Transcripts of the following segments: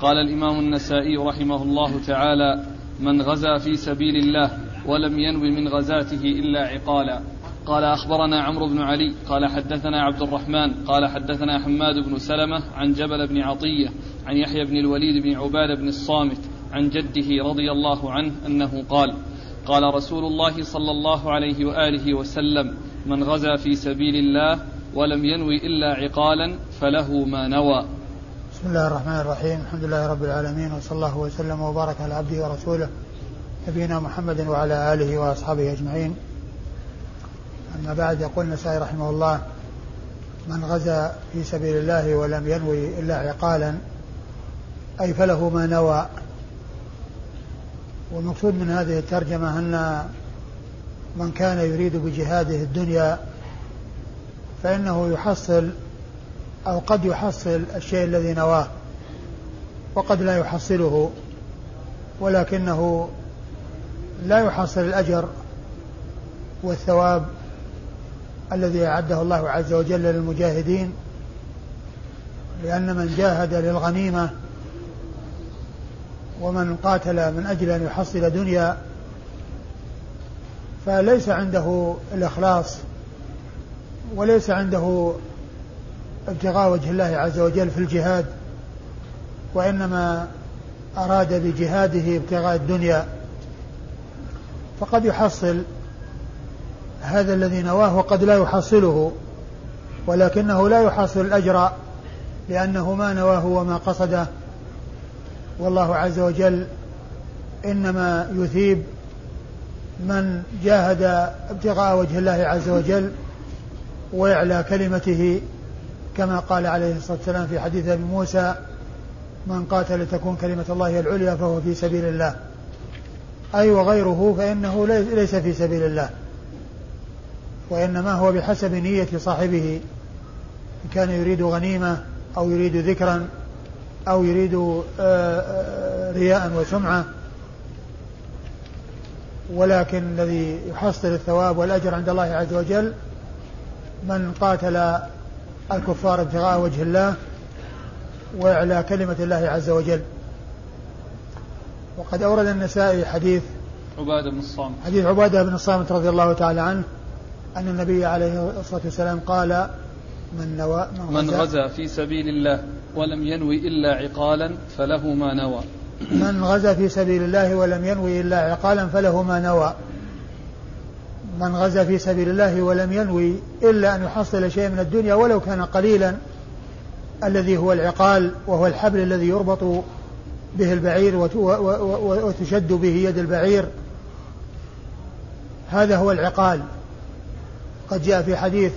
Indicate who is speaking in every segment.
Speaker 1: قال الإمام النسائي رحمه الله تعالى: من غزا في سبيل الله ولم ينوي من غزاته إلا عقالا. قال أخبرنا عمرو بن علي قال حدثنا عبد الرحمن قال حدثنا حماد بن سلمة عن جبل بن عطية عن يحيى بن الوليد بن عبادة بن الصامت عن جده رضي الله عنه أنه قال: قال رسول الله صلى الله عليه وآله وسلم: من غزا في سبيل الله ولم ينوي إلا عقالا فله ما نوى.
Speaker 2: بسم الله الرحمن الرحيم. الحمد لله رب العالمين، وصلى الله وسلم وبارك على عبده ورسوله نبينا محمد وعلى آله وأصحابه أجمعين. أما بعد، يقول النسائي رحمه الله: من غزا في سبيل الله ولم ينوي إلا عقالا، أي فله ما نوى. والمقصود من هذه الترجمة أن من كان يريد بجهاده الدنيا فإنه يحصل أو قد يحصل الشيء الذي نواه، وقد لا يحصله، ولكنه لا يحصل الأجر والثواب الذي أعده الله عز وجل للمجاهدين، لأن من جاهد للغنيمة ومن قاتل من أجل أن يحصل دنيا فليس عنده الإخلاص وليس عنده ابتغاء وجه الله عز وجل في الجهاد، وإنما أراد بجهاده ابتغاء الدنيا، فقد يحصل هذا الذي نواه وقد لا يحصله، ولكنه لا يحصل الأجر لأنه ما نواه وما قصده. والله عز وجل إنما يثيب من جاهد ابتغاء وجه الله عز وجل ويعلى كلمته، كما قال عليه الصلاة والسلام في حديث أبي موسى: من قاتل تكون كلمة الله العليا فهو في سبيل الله، أي وغيره فإنه ليس في سبيل الله، وإنما هو بحسب نية صاحبه، إن كان يريد غنيمة أو يريد ذكرا أو يريد رياء وسمعة. ولكن الذي يحصل الثواب والأجر عند الله عز وجل من قاتل الكفار ابتغاء وجه الله وإعلاء كلمة الله عز وجل. وقد أورد النسائي حديث عبادة بن الصامت رضي الله تعالى عنه أن النبي عليه الصلاة والسلام قال:
Speaker 1: من غزا في سبيل الله ولم ينوي إلا عقالا فله ما نوى.
Speaker 2: من غزا في سبيل الله ولم ينوي إلا عقالا فله ما نوى. من غزا في سبيل الله ولم ينوي إلا أن يحصل شيء من الدنيا ولو كان قليلا، الذي هو العقال، وهو الحبل الذي يربط به البعير وتشد به يد البعير، هذا هو العقال. قد جاء في حديث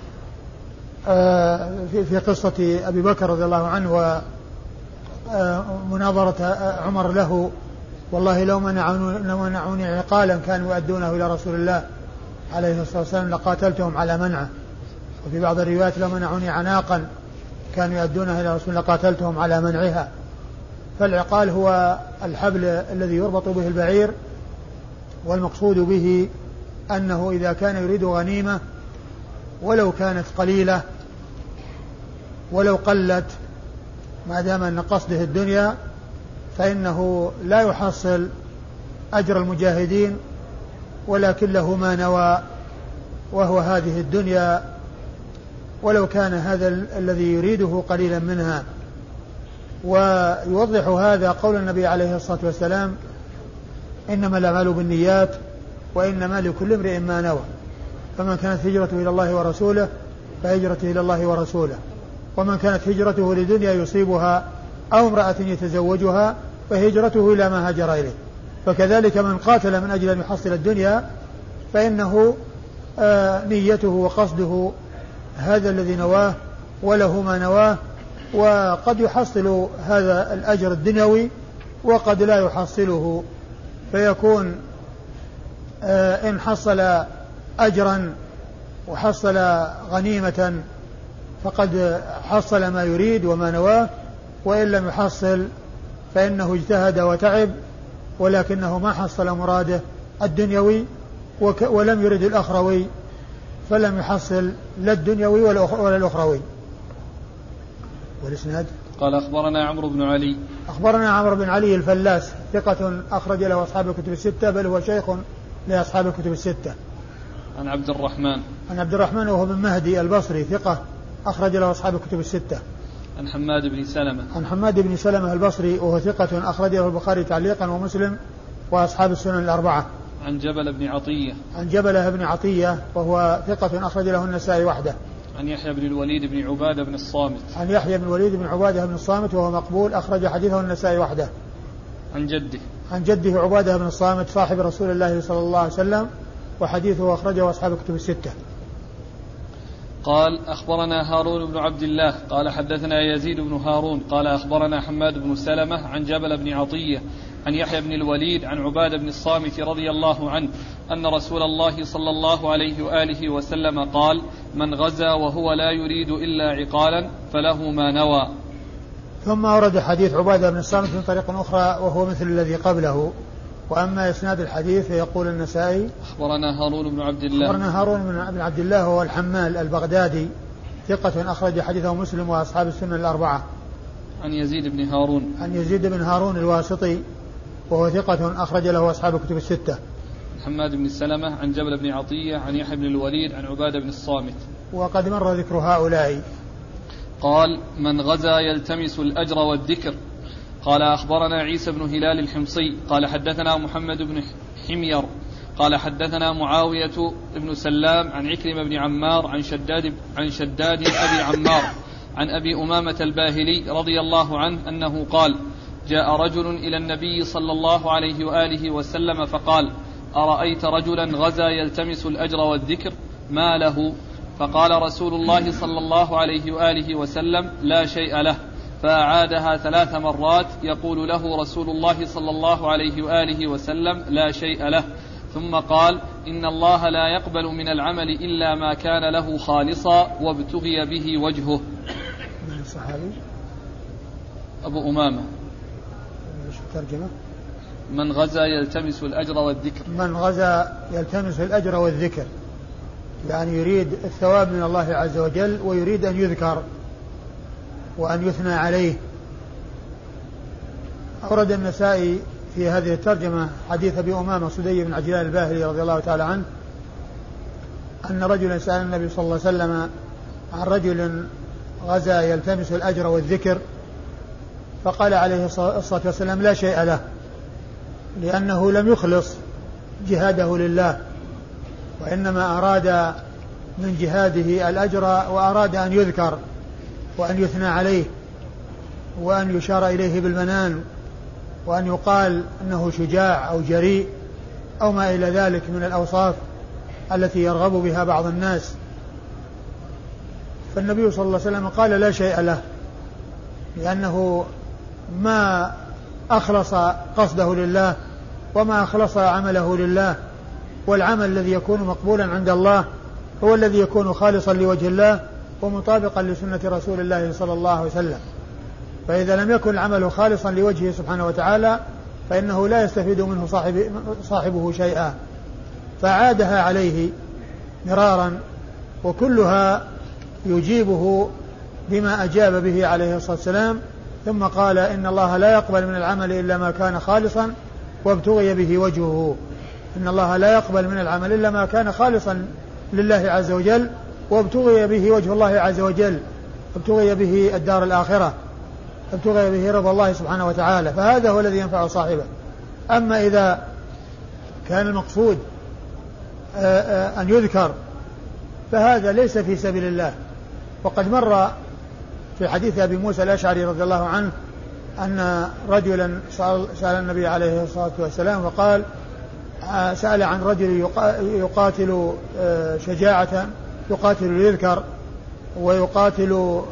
Speaker 2: في قصة أبي بكر رضي الله عنه ومناظرة عمر له: والله لو منعوني عقالا كانوا يؤدونه إلى رسول الله عليه الصلاة والسلام لقاتلتهم على منعه. وفي بعض الروايات: لو منعوني عناقا كانوا يؤدونه إلى رسول الله لقاتلتهم على منعها. فالعقال هو الحبل الذي يربط به البعير، والمقصود به أنه إذا كان يريد غنيمة ولو كانت قليلة ولو قلت، ما دام أن قصده الدنيا، فإنه لا يحصل أجر المجاهدين، ولكن له ما نوى وهو هذه الدنيا، ولو كان هذا الذي يريده قليلا منها. ويوضح هذا قول النبي عليه الصلاة والسلام: إنما الأعمال بالنيات وإنما لكل امرئ ما نوى، فمن كانت هجرته إلى الله ورسوله فهجرته إلى الله ورسوله، ومن كانت هجرته لدنيا يصيبها أو امرأة يتزوجها فهجرته إلى ما هاجر إليه. فكذلك من قاتل من أجل أن يحصل الدنيا فإنه نيته وقصده هذا الذي نواه وله ما نواه، وقد يحصل هذا الأجر الدنيوي وقد لا يحصله، فيكون إن حصل أجرا وحصل غنيمة فقد حصل ما يريد وما نواه، وإن لم يحصل فإنه اجتهد وتعب ولكنه ما حصل مراده الدنيوي ولم يرد الأخروي، فلم يحصل لا الدنيوي ولا الأخروي. والإسناد
Speaker 1: قال أخبرنا عمرو بن علي.
Speaker 2: أخبرنا عمرو بن علي الفلاس ثقة أخرج له أصحاب الكتب الستة، بل هو شيخ لأصحاب الكتب الستة.
Speaker 1: عن عبد الرحمن وهو بن مهدي البصري ثقة أخرج له أصحاب الكتب الستة. عن حماد بن سلمة
Speaker 2: البصري وهو ثقة أخرج له البخاري تعليقا ومسلم وأصحاب السنن الأربعة.
Speaker 1: عن
Speaker 2: جبلة بن عطية وهو ثقة أخرج له النسائي وحده.
Speaker 1: عن يحيى بن الوليد بن عبادة بن الصامت وهو مقبول أخرج حديثه النسائي وحده. عن جده عبادة بن الصامت صاحب رسول الله صلى الله عليه وسلم وحديثه أخرجه أصحاب الكتب الستة. قال أخبرنا هارون بن عبد الله قال حدثنا يزيد بن هارون قال أخبرنا حماد بن سلمة عن جبل بن عطية عن يحيى بن الوليد عن عبادة بن الصامت رضي الله عنه أن رسول الله صلى الله عليه وآله وسلم قال: من غزا وهو لا يريد إلا عقالا فله ما نوى.
Speaker 2: ثم أورد حديث عبادة بن الصامت من طريق أخرى وهو مثل الذي قبله. وأما إسناد الحديث فيقول النسائي:
Speaker 1: أخبرنا هارون
Speaker 2: بن عبد الله هو الحمال البغدادي ثقة أخرج حديثه مسلم وأصحاب السنن الأربعة.
Speaker 1: عن يزيد بن هارون
Speaker 2: الواسطي وهو ثقة أخرج له أصحاب الكتب الستة.
Speaker 1: حماد بن سلمة عن جبل بن عطية عن يحيى بن الوليد عن عبادة بن الصامت.
Speaker 2: وقد مر ذكر هؤلاء.
Speaker 1: قال: من غزا يلتمس الأجر والذكر. قال أخبرنا عيسى بن هلال الحمصي قال حدثنا محمد بن حمير قال حدثنا معاوية بن سلام عن عكرمة بن عمار عن شداد أبي عمار عن أبي أمامة الباهلي رضي الله عنه أنه قال: جاء رجل إلى النبي صلى الله عليه وآله وسلم فقال: أرأيت رجلا غزا يلتمس الأجر والذكر ما له؟ فقال رسول الله صلى الله عليه وآله وسلم: لا شيء له. فأعادها 3 مرات يقول له رسول الله صلى الله عليه وآله وسلم: لا شيء له. ثم قال: إن الله لا يقبل من العمل إلا ما كان له خالصا وابتغي به وجهه.
Speaker 2: من الصحابي؟
Speaker 1: أبو أمامة.
Speaker 2: ترجمة:
Speaker 1: من غزا يلتمس الأجر والذكر.
Speaker 2: من غزا يلتمس الأجر والذكر يعني يريد الثواب من الله عز وجل ويريد أن يذكر وأن يثنى عليه. أورد النسائي في هذه الترجمة حديث أبي أمامة صدي بن عجلان الباهلي رضي الله تعالى عنه أن رجلا سأل النبي صلى الله عليه وسلم عن رجل غزا يلتمس الأجر والذكر فقال عليه الصلاة والسلام: لا شيء له، لأنه لم يخلص جهاده لله، وإنما أراد من جهاده الأجر وأراد أن يذكر وأن يثنى عليه وأن يشار إليه بالمنان وأن يقال أنه شجاع أو جريء أو ما إلى ذلك من الأوصاف التي يرغب بها بعض الناس. فالنبي صلى الله عليه وسلم قال: لا شيء له، لأنه ما أخلص قصده لله وما أخلص عمله لله، والعمل الذي يكون مقبولا عند الله هو الذي يكون خالصا لوجه الله ومطابقا لسنة رسول الله صلى الله عليه وسلم. فإذا لم يكن العمل خالصا لوجهه سبحانه وتعالى فإنه لا يستفيد منه صاحبه شيئا. فعادها عليه مرارا وكلها يجيبه بما أجاب به عليه الصلاة والسلام، ثم قال: إن الله لا يقبل من العمل إلا ما كان خالصا وابتغي به وجهه. إن الله لا يقبل من العمل إلا ما كان خالصا لله عز وجل وابتغي به وجه الله عز وجل، ابتغي به الدار الآخرة، ابتغي به رضا الله سبحانه وتعالى، فهذا هو الذي ينفع صاحبه. أما إذا كان المقصود أن يذكر فهذا ليس في سبيل الله. وقد مر في حديث أبي موسى الأشعري رضي الله عنه أن رجلا سأل النبي عليه الصلاة والسلام وقال: سأل عن رجل يقاتل شجاعة، يقاتل ليذكر ويقاتل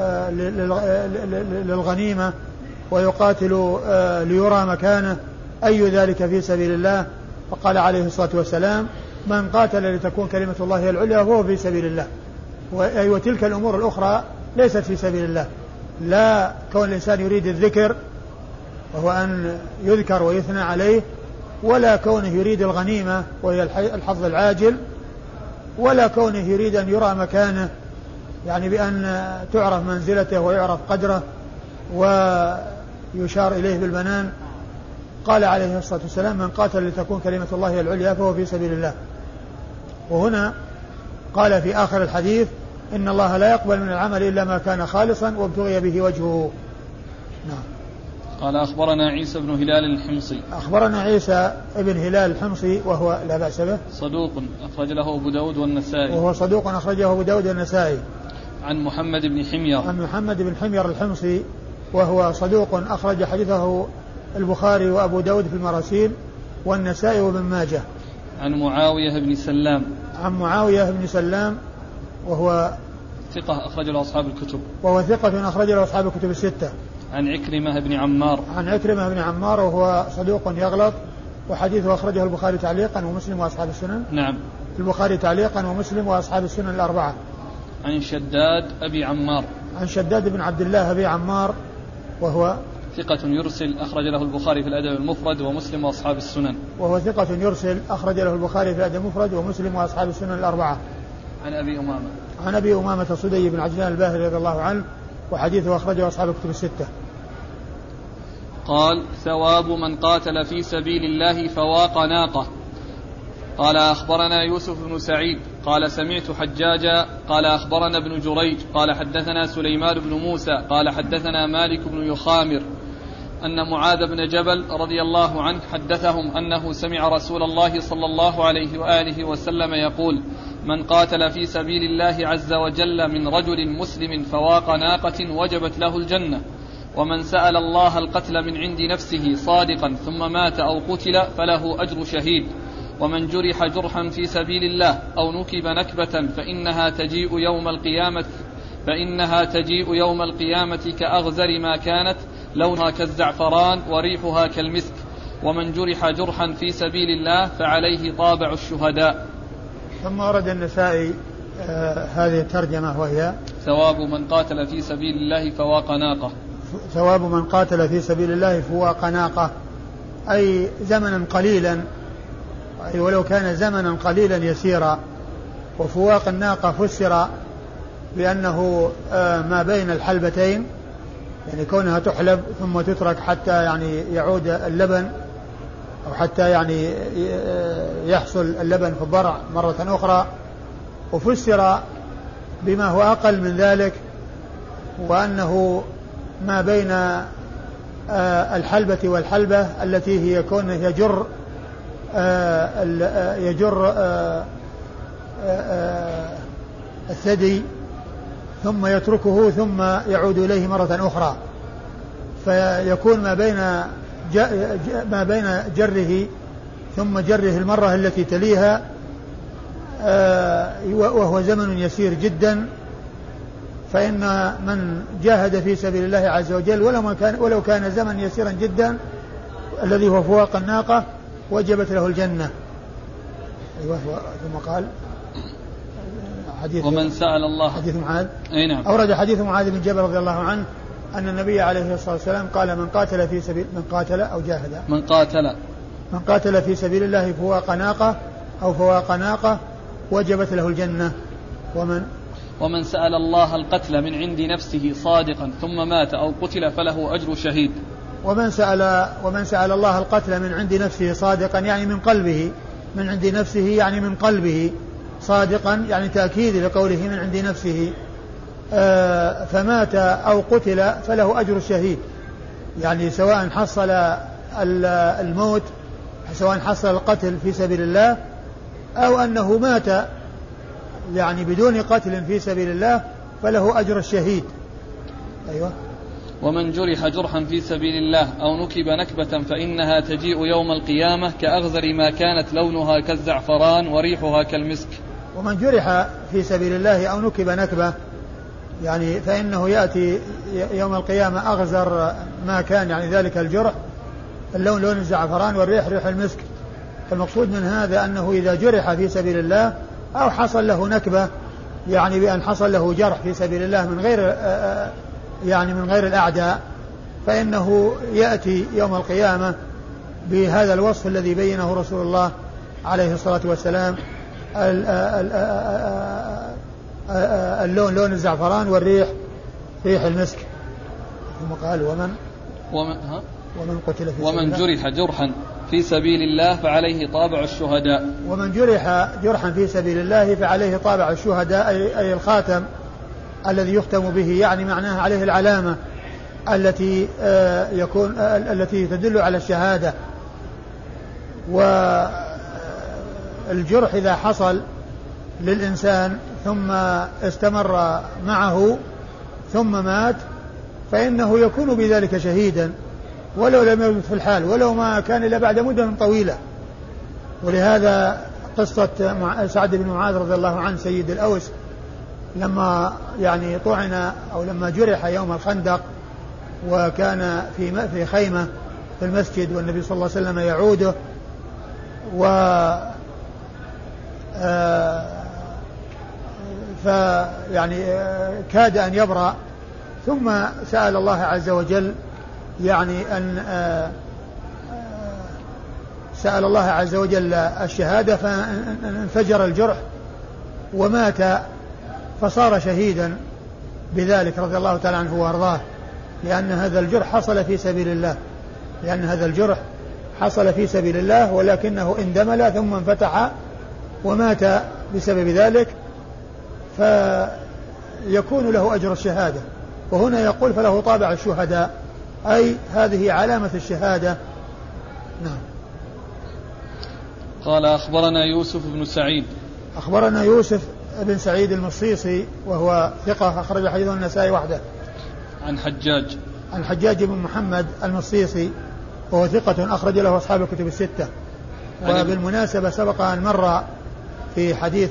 Speaker 2: للغنيمة ويقاتل ليرى مكانه، أي ذلك في سبيل الله؟ فقال عليه الصلاة والسلام: من قاتل لتكون كلمة الله العليا فهو في سبيل الله. وتلك الأمور الأخرى ليست في سبيل الله، لا كون الإنسان يريد الذكر وهو أن يذكر ويثنى عليه، ولا كونه يريد الغنيمة وهي الحظ العاجل، ولا كونه يريد أن يرى مكانه يعني بأن تعرف منزلته ويعرف قدره ويشار إليه بالبنان. قال عليه الصلاة والسلام: من قاتل لتكون كلمة الله العليا فهو في سبيل الله. وهنا قال في آخر الحديث: إن الله لا يقبل من العمل إلا ما كان خالصا وابتغي به وجهه. نعم.
Speaker 1: قال: أخبرنا عيسى بن هلال الحمصي.
Speaker 2: أخبرنا عيسى بن هلال الحمصي وهو لا بأس به،
Speaker 1: صدوق أخرج له أبو داود والنسائي.
Speaker 2: وهو صدوق أخرجه أبو داود والنسائي.
Speaker 1: عن محمد بن حمير.
Speaker 2: عن محمد بن حمير الحمصي وهو صدوق أخرج حديثه البخاري وأبو داود في المراسيل والنسائي وابن ماجه.
Speaker 1: عن معاوية بن سلام.
Speaker 2: عن معاوية بن سلام وهو
Speaker 1: ثقة أخرج له أصحاب الكتب.
Speaker 2: وهو ثقة أخرج له أصحاب الكتب الستة.
Speaker 1: عن عكرمة بن عمار.
Speaker 2: عن عكرمة بن عمار وهو صدوق يغلط وحديثه أخرجه البخاري تعليقا ومسلم وأصحاب السنن.
Speaker 1: نعم.
Speaker 2: البخاري تعليقا ومسلم وأصحاب السنن الأربعة.
Speaker 1: عن شداد أبي عمار.
Speaker 2: عن شداد بن عبد الله أبي عمار وهو
Speaker 1: ثقة يرسل أخرج له البخاري في الأدب المفرد ومسلم وأصحاب السنن.
Speaker 2: وهو ثقة يرسل أخرج له البخاري في الأدب المفرد ومسلم وأصحاب السنن الأربعة.
Speaker 1: عن أبي أمامة.
Speaker 2: عن أبي أمامة صدي بن عجلان الباهلي رضي الله عنه وحديثه أخرجه أصحاب الكتب الستة.
Speaker 1: قال: ثواب من قاتل في سبيل الله فواق ناقة. قال: أخبرنا يوسف بن سعيد قال: سمعت حجاجا قال: أخبرنا ابن جريج قال: حدثنا سليمان بن موسى قال: حدثنا مالك بن يخامر أن معاذ بن جبل رضي الله عنه حدثهم أنه سمع رسول الله صلى الله عليه وآله وسلم يقول: من قاتل في سبيل الله عز وجل من رجل مسلم فواق ناقة وجبت له الجنة، ومن سأل الله القتل من عند نفسه صادقا ثم مات أو قتل فله أجر شهيد، ومن جرح جرحا في سبيل الله أو نكب نكبة فإنها تجيء يوم القيامة كأغزر ما كانت، لونها كالزعفران وريحها كالمسك، ومن جرح جرحا في سبيل الله فعليه طابع الشهداء.
Speaker 2: ثم ورد النسائي هذه الترجمة وهي:
Speaker 1: ثواب من قاتل في سبيل الله فواق ناقة.
Speaker 2: ثواب من قاتل في سبيل الله فواق ناقة، أي زمنا قليلا، أي ولو كان زمنا قليلا يسيرا. وفواق الناقة فسر بأنه ما بين الحلبتين، يعني كونها تحلب ثم تترك حتى يعني يعود اللبن أو حتى يعني يحصل اللبن في الضرع مرة أخرى. وفسر بما هو أقل من ذلك، وأنه ما بين الحلبة والحلبة التي هي كونه يجر الثدي ثم يتركه ثم يعود إليه مرة أخرى، فيكون ما بين جره ثم جره المرة التي تليها وهو زمن يسير جدا. فإن من جاهد في سبيل الله عز وجل ولو كان زمن يسيرا جدا الذي هو فواق الناقة وجبت له الجنة. أيوة. ثم قال حديث
Speaker 1: ومن سأل الله
Speaker 2: حديث معاذ.
Speaker 1: أي نعم.
Speaker 2: أورد حديث معاذ بن جبل رضي الله عنه أن النبي عليه الصلاة والسلام قال: من قاتل في سبيل من قاتل في سبيل الله فواق ناقة أو فواق ناقة وجبت له الجنة.
Speaker 1: ومن سأل الله القتل من عند نفسه صادقا ثم مات أو قتل فله أجر شهيد.
Speaker 2: ومن سأل الله القتل من عند نفسه صادقا يعني من قلبه، من عند نفسه يعني من قلبه، صادقا يعني تأكيد لقوله من عند نفسه، فمات أو قتل فله أجر الشهيد، يعني سواء حصل الموت، سواء حصل القتل في سبيل الله أو أنه مات يعني بدون قتل في سبيل الله فله أجر الشهيد. أيوة.
Speaker 1: ومن جرح جرحا في سبيل الله أو نكب نكبة فإنها تجيء يوم القيامة كأغزر ما كانت، لونها كالزعفران وريحها كالمسك.
Speaker 2: ومن جرح في سبيل الله أو نكب نكبة يعني فإنه يأتي يوم القيامة أغزر ما كان، يعني ذلك الجرح اللون لون الزعفران والريح ريح المسك. فالمقصود من هذا أنه إذا جرح في سبيل الله أو حصل له نكبة، يعني بأن حصل له جرح في سبيل الله من غير الأعداء، فإنه يأتي يوم القيامة بهذا الوصف الذي بينه رسول الله عليه الصلاة والسلام: اللون لون الزعفران والريح ريح المسك. ثم قال ومن قتل في
Speaker 1: ومن جرح جرحا في سبيل الله فعليه طابع الشهداء.
Speaker 2: ومن جرح جرحا في سبيل الله فعليه طابع الشهداء، أي الخاتم الذي يختم به، يعني معناه عليه العلامة التي التي تدل على الشهادة. والجرح إذا حصل للإنسان ثم استمر معه ثم مات فإنه يكون بذلك شهيدا ولو لم يمت في الحال، ولو ما كان إلا بعد مدة طويلة. ولهذا قصة سعد بن معاذ رضي الله عنه سيد الأوس لما يعني طعن أو لما جرح يوم الخندق وكان في خيمة في المسجد والنبي صلى الله عليه وسلم يعوده، فيعني كاد أن يبرأ، ثم سأل الله عز وجل يعني أن سأل الله عز وجل الشهادة فانفجر الجرح ومات فصار شهيدا بذلك رضي الله تعالى عنه وارضاه، لأن هذا الجرح حصل في سبيل الله، لأن هذا الجرح حصل في سبيل الله ولكنه اندمل ثم انفتح ومات بسبب ذلك، فيكون له أجر الشهادة. وهنا يقول فله طابع الشهداء، أي هذه علامة الشهادة. نعم.
Speaker 1: قال أخبرنا يوسف بن سعيد.
Speaker 2: أخبرنا يوسف بن سعيد المصيصي وهو ثقة أخرج حديثه النسائي وحده.
Speaker 1: عن
Speaker 2: حجاج بن محمد المصيصي وهو ثقة أخرج له أصحاب الكتب الستة. وبالمناسبة سبق أن مر في حديث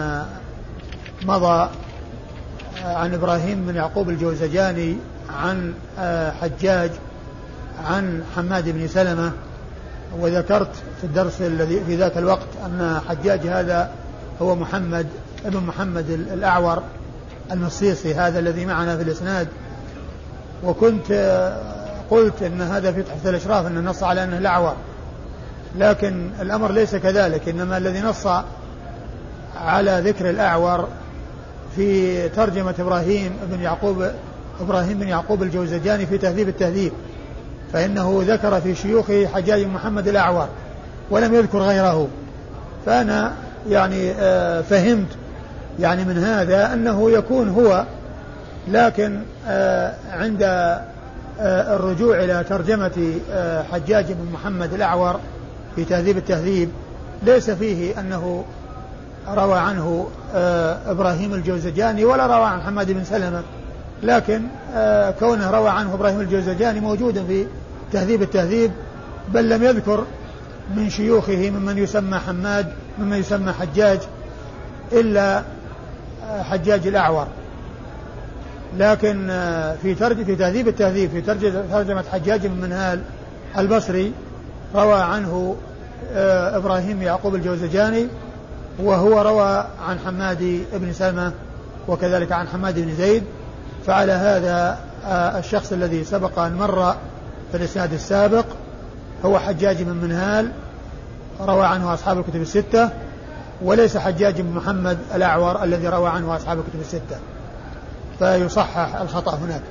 Speaker 2: مضى عن إبراهيم بن يعقوب الجوزجاني عن حجاج عن حماد بن سلمة، وذكرت في الدرس الذي في ذاك الوقت أن حجاج هذا هو محمد ابن محمد الأعور المصيصي هذا الذي معنا في الإسناد، وكنت قلت أن هذا في تحفة الأشراف أن نص على أنه الأعور، لكن الأمر ليس كذلك، إنما الذي نص على ذكر الأعور في ترجمة إبراهيم بن يعقوب الجوزجاني في تهذيب التهذيب، فإنه ذكر في شيوخه حجاج محمد الأعور ولم يذكر غيره. فأنا يعني فهمت يعني من هذا أنه يكون هو، لكن عند الرجوع إلى ترجمة حجاج بن محمد الأعور في تهذيب التهذيب ليس فيه أنه روى عنه إبراهيم الجوزجاني ولا روى عن حماد بن سلمة، لكن كونه روى عنه إبراهيم الجوزجاني موجود في تهذيب التهذيب، بل لم يذكر من شيوخه ممن يسمى حماد ممن يسمى حجاج إلا حجاج الأعور. لكن في تهذيب التهذيب في ترجمة حجاج بن منهال البصري روى عنه إبراهيم يعقوب الجوزجاني، وهو روى عن حماد بن سلمة وكذلك عن حماد بن زيد. فعلى هذا الشخص الذي سبق أن مر في الإسناد السابق هو حجاج بن منهال روى عنه أصحاب الكتب الستة، وليس حجاج بن محمد الأعور الذي روى عنه أصحاب الكتب الستة، فيصحح الخطأ هناك.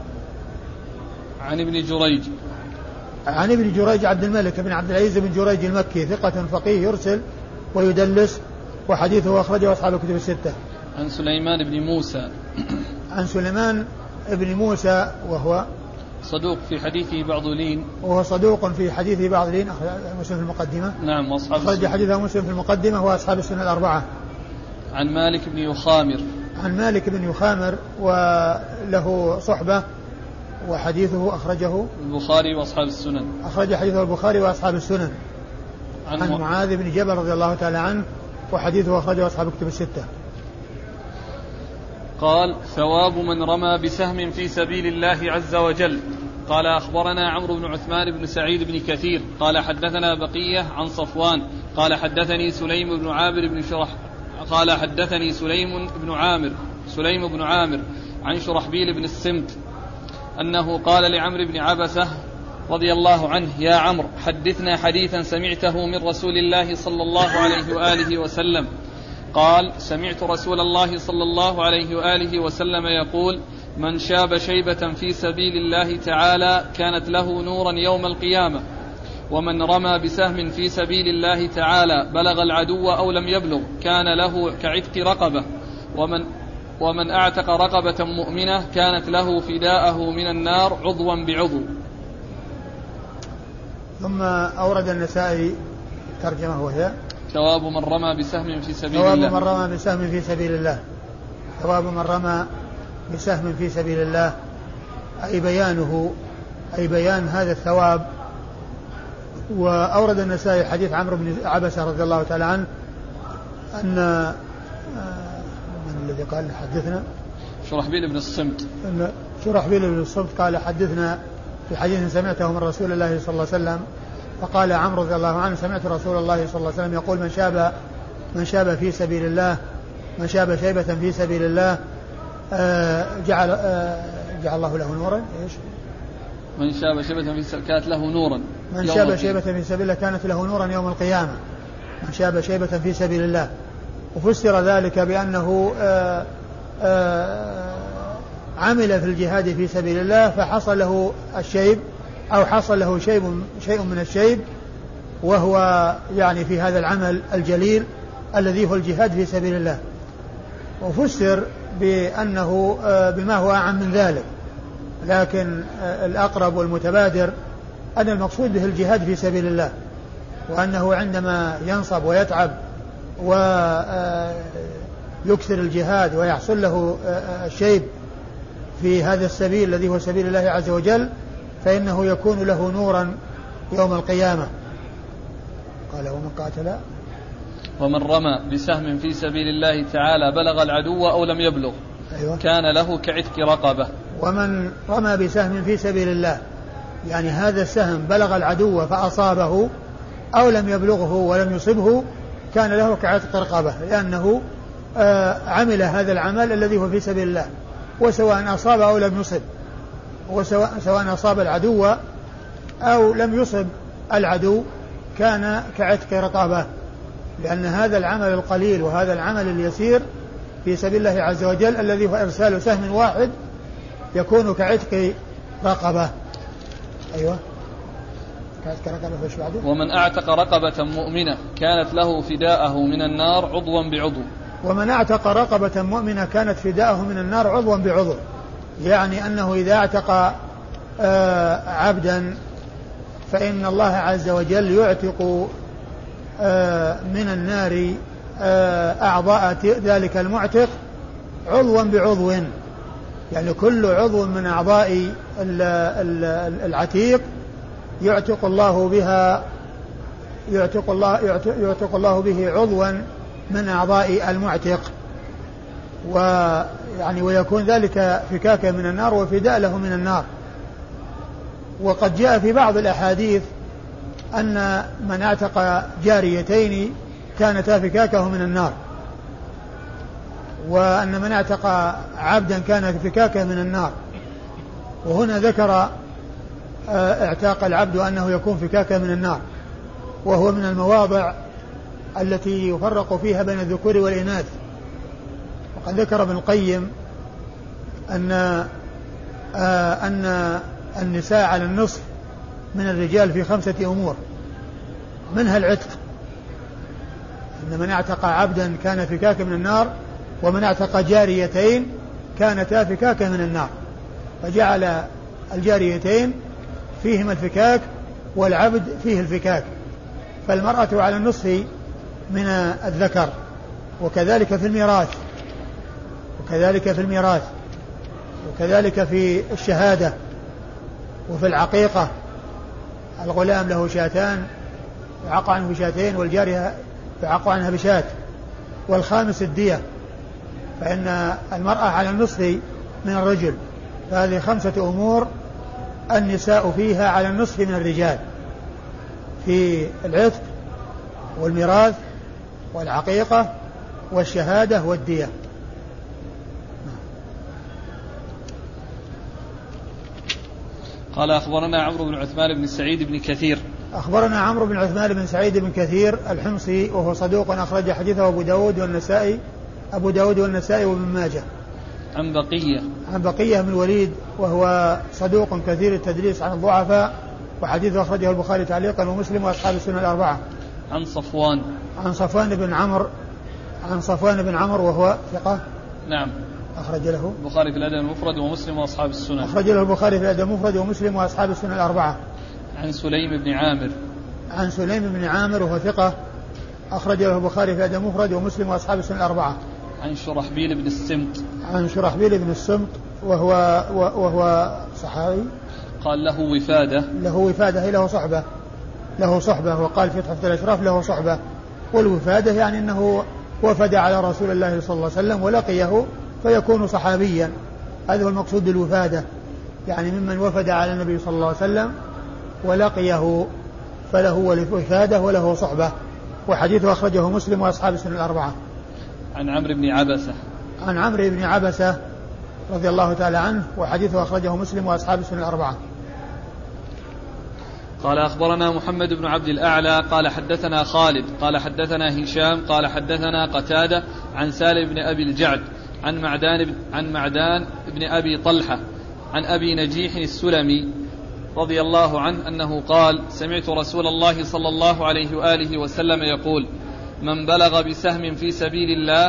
Speaker 1: عن ابن
Speaker 2: جريج عبد الملك بن عبد العزيز بن جريج المكي ثقة فقيه يرسل ويدلس، وحديثه أخرجه أصحاب الكتب الستة.
Speaker 1: عن سليمان بن موسى وهو
Speaker 2: صدوق في حديثه بعض لين مسلم في المقدمة.
Speaker 1: نعم،
Speaker 2: أخرج حديثه مسلم في المقدمة وأصحاب السنة الأربعة.
Speaker 1: عن مالك بن يخامر
Speaker 2: وله صحبة، وحديثه أخرجه
Speaker 1: البخاري وأصحاب السنن.
Speaker 2: أخرج حديثه البخاري وأصحاب السنن. عن معاذ بن جبل رضي الله تعالى عنه، وحديثه أخرجه أصحاب الكتب الستة.
Speaker 1: قال: ثواب من رمى بسهم في سبيل الله عز وجل. قال: أخبرنا عمرو بن عثمان بن سعيد بن كثير قال حدثنا بقية عن صفوان قال حدثني سليم بن عامر عن شرحبيل بن السمت أنه قال لعمرو بن عبسة رضي الله عنه: يا عمرو، حدثنا حديثا سمعته من رسول الله صلى الله عليه وآله وسلم. قال: سمعت رسول الله صلى الله عليه وآله وسلم يقول: من شاب شيبة في سبيل الله تعالى كانت له نورا يوم القيامة. ومن رمى بسهم في سبيل الله تعالى بلغ العدو أو لم يبلغ كان له كعتق رقبة. ومن أعتق رقبة مؤمنة كانت له فداءه من النار عضوا بعضو.
Speaker 2: ثم أورد النسائي ترجمة وهي
Speaker 1: ثواب من رمى بسهم في سبيل الله.
Speaker 2: ثواب من رمى بسهم في سبيل الله. ثواب من رمى بسهم في سبيل الله أي بيانه، أي بيان هذا الثواب. وأورد النسائي حديث عمرو بن عبسة رضي الله تعالى عنه أن من الذي قال حدثنا
Speaker 1: شرحبيل بن الصمت،
Speaker 2: أن شرحبيل بن الصمت قال حدثنا في حديث سمعته من رسول الله صلى الله عليه وسلم. فقال عمرو رضي الله عنه سمعت رسول الله صلى الله عليه وسلم يقول من شاب في سبيل الله، من شاب شيبة في سبيل الله جعل الله له نورا. ايش؟
Speaker 1: من شاب شيبة في سبيل كانت له نورا.
Speaker 2: من شاب شيبة في سبيل الله كانت له نورا يوم القيامة. من شاب شيبة في سبيل الله. وفسر ذلك بأنه عمل في الجهاد في سبيل الله فحصل له الشيب أو حصل له شيء من الشيب، وهو يعني في هذا العمل الجليل الذي هو الجهاد في سبيل الله. وفسر بأنه بما هو أعم من ذلك، لكن الأقرب والمتبادر أن المقصود به الجهاد في سبيل الله، وأنه عندما ينصب ويتعب ويكثر الجهاد ويحصل له الشيب في هذا السبيل الذي هو سبيل الله عز وجل فإنه يكون له نورا يوم القيامة. قال
Speaker 1: ومن رمى بسهم في سبيل الله تعالى بلغ العدو أو لم يبلغ كان له كعتق رقبة.
Speaker 2: ومن رمى بسهم في سبيل الله يعني هذا السهم بلغ العدو فأصابه أو لم يبلغه ولم يصبه كان له كعتق رقبة، لأنه عمل هذا العمل الذي هو في سبيل الله، وسواء أصاب أو لم يصب، وسواء أصاب العدو أو لم يصب العدو كان كعتق رقبة، لأن هذا العمل القليل وهذا العمل اليسير في سبيل الله عز وجل الذي هو إرسال سهم واحد يكون كعتق رقبة. أيوة كعتق رقبة. فيش بعده؟
Speaker 1: ومن أعتق رقبة مؤمنة كانت له فداءه من النار عضوا بعضو.
Speaker 2: ومن أعتق رقبة مؤمنة كانت فداءه من النار عضوا بعضو، يعني أنه إذا اعتق عبدا فإن الله عز وجل يعتق من النار أعضاء ذلك المعتق عضوا بعضو، يعني كل عضو من أعضاء العتيق يعتق الله به عضوا من أعضاء المعتق، ويعني ويكون ذلك فكاكا من النار وفداء له من النار. وقد جاء في بعض الأحاديث أن من اعتق جاريتين كانتا فكاكه من النار، وأن من اعتق عبدا كان فكاكه من النار. وهنا ذكر اعتاق العبد أنه يكون فكاكه من النار، وهو من المواضع التي يفرق فيها بين الذكور والإناث. وقد ذكر ابن القيم أن النساء على النصف من الرجال في 5 أمور، منها العتق، أن من اعتق عبدا كان فكاكا من النار، ومن اعتق جاريتين كانتا فكاكا من النار، فجعل الجاريتين فيهما الفكاك والعبد فيه الفكاك، فالمرأة على النصف من الذكر، وكذلك في الميراث وكذلك في الشهادة وفي العقيقة. الغلام له شاتان يعق عنه بشاتين، والجارية يعق عنها بشات. والخامس الدية، فإن المرأة على النصف من الرجل، فهذه 5 أمور النساء فيها على النصف من الرجال، في العتق والميراث والعقيقة والشهادة والدية.
Speaker 1: قال أخبرنا عمرو بن عثمان بن سعيد بن كثير.
Speaker 2: أخبرنا عمرو بن عثمان بن سعيد بن كثير الحمصي، وهو صدوق أخرج حديثه أبو داود والنسائي وابن ماجه. عن بقية بن الوليد وهو صدوق كثير التدليس عن الضعفاء، وحديثه أخرجه البخاري تعليقا ومسلم وأصحاب السنن الأربعة.
Speaker 1: عن صفوان بن عمرو وهو ثقة. نعم.
Speaker 2: أخرج له
Speaker 1: البخاري في الأدب المفرد ومسلم وأصحاب السنن.
Speaker 2: أخرج له البخاري في الأدب المفرد ومسلم وأصحاب السنن الأربعة.
Speaker 1: عن سليم بن عامر وهو ثقة، أخرج له البخاري في الأدب المفرد ومسلم وأصحاب السنن الأربعة. عن شرحبيل بن السمط
Speaker 2: وهو صحابي.
Speaker 1: قال له
Speaker 2: وفادة له صحبة وقال في تحفة الأشراف له صحبة، والوفادة يعني أنه وفد على رسول الله صلى الله عليه وسلم ولقيه فيكون صحابيا، هذا هو المقصود بالوفادة، يعني ممن وفد على النبي صلى الله عليه وسلم ولقيه فله وفادة وله صحبة. وحديثه أخرجه مسلم وأصحاب السنن الأربعة.
Speaker 1: عن عمرو بن عبسة
Speaker 2: رضي الله تعالى عنه، وحديثه أخرجه مسلم وأصحاب السنن الأربعة.
Speaker 1: قال أخبرنا محمد بن عبد الأعلى قال حدثنا خالد قال حدثنا هشام قال حدثنا قتادة عن سالم بن أبي الجعد عن معدان بن أبي طلحة عن أبي نجيح السلمي رضي الله عنه أنه قال: سمعت رسول الله صلى الله عليه وآله وسلم يقول: من بلغ بسهم في سبيل الله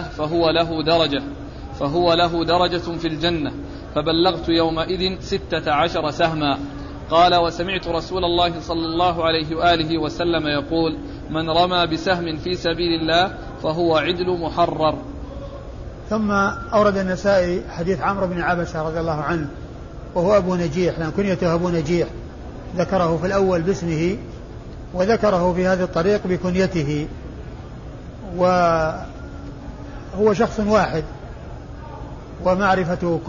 Speaker 1: فهو له درجة في الجنة، فبلغت يومئذ 16 سهما. قال: وسمعت رسول الله صلى الله عليه وآله وسلم يقول: من رمى بسهم في سبيل الله فهو عدل محرر.
Speaker 2: ثم أورد النسائي حديث عمرو بن عبسة رضي الله عنه وهو أبو نجيح، لأن كنيته أبو نجيح، ذكره في الأول باسمه وذكره في هذه الطريق بكنيته، وهو شخص واحد، ومعرفة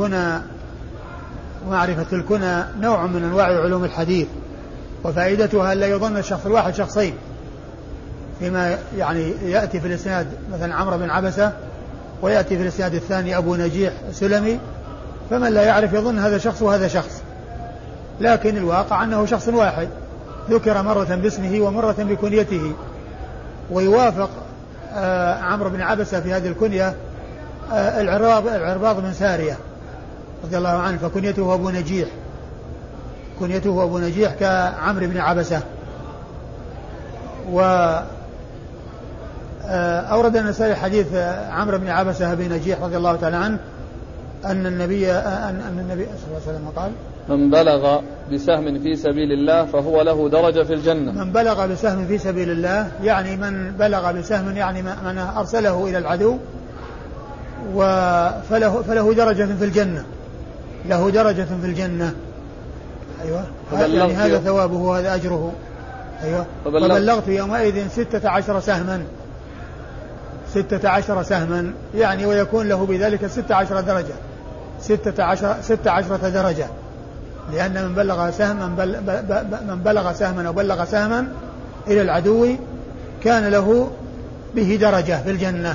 Speaker 2: الكنى نوع من أنواع علوم الحديث، وفائدتها أن لا يظن الشخص الواحد شخصين، فيما يعني يأتي في الإسناد مثلا عمرو بن عبسة ويأتي في الإسناد الثاني أبو نجيح سلمي، فمن لا يعرف يظن هذا شخص وهذا شخص، لكن الواقع أنه شخص واحد ذكر مرة باسمه ومرة بكنيته. ويوافق عمرو بن عبسة في هذه الكنية العرباض بن سارية رضي الله عنه، فكنيته أبو نجيح كعمرو بن عبسة. وأورد النسائي حديث عمرو بن عبسة بن نجيح رضي الله تعالى عنه أن النبي صلى الله عليه وسلم قال:
Speaker 1: من بلغ بسهم في سبيل الله فهو له درجة في الجنة.
Speaker 2: من بلغ بسهم في سبيل الله يعني من بلغ بسهم، يعني من أرسله إلى العدو فله درجة في الجنة، له درجة في الجنة. أيوة، يعني هذا ثوابه وهذا أجره. أيوة، فبلغت يومئذ 16 سهما يعني، ويكون له بذلك 16 درجة، 16 درجة، لأن من بلغ سهما أو بلغ سهما إلى العدو كان له به درجة في الجنة.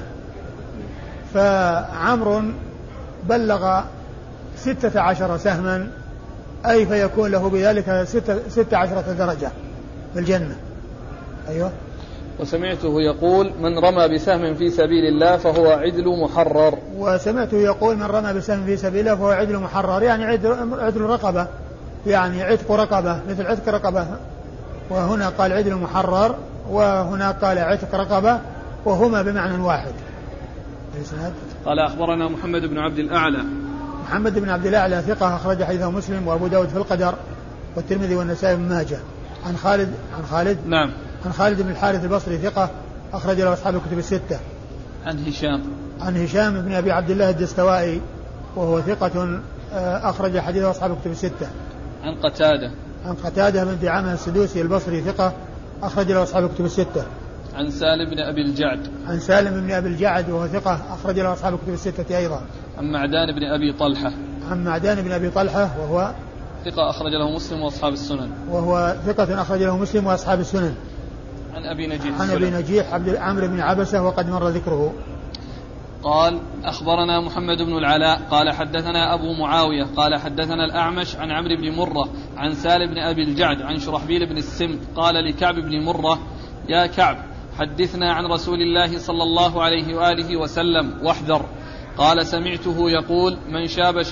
Speaker 2: فعمرو بلغ 16 سهما، أي فيكون له بذلك 16 درجة في الجنة. أيوة.
Speaker 1: وسمعته يقول: من رمى بسهم في سبيل الله فهو عدل محرر.
Speaker 2: وسمعته يقول: من رمى بسهم في سبيل الله فهو عدل محرر، يعني عدل رقبة، يعني عتق رقبة، مثل عتق رقبة. وهنا قال عدل محرر، وهنا قال عتق رقبة، وهما بمعنى واحد.
Speaker 1: قال: أخبرنا محمد بن عبد الأعلى
Speaker 2: ثقة، أخرج حديثه مسلم وأبو داود في القدر والترمذي والنسائي بن ماجه. عن خالد بن الحارث البصري ثقة، أخرج له أصحاب الكتب الستة. عن هشام بن أبي عبد الله الدستوائي وهو ثقة، أخرج حديثه أصحاب الكتب الستة. عن قتادة بن دعامة السدوسي البصري ثقة، أخرج له أصحاب الكتب الستة.
Speaker 1: عن سالم بن أبي الجعد وهو ثقة، أخرج له أصحاب الكتب الستة أيضا. عن معدان بن أبي طلحة وهو ثقة، أخرج له مسلم وأصحاب السنن. عن أبي نجيح عمرو بن عبسة وقد مر ذكره.
Speaker 3: قال: أخبرنا محمد بن العلاء قال حدثنا أبو معاوية قال حدثنا الأعمش عن عمرو بن مرة عن سالم بن أبي الجعد عن شرحبيل بن السمت قال لكعب بن مرة: يا كعب، حدثنا عن رسول الله صلى الله عليه وآله وسلم واحذر، قال سمعته يقول من شاب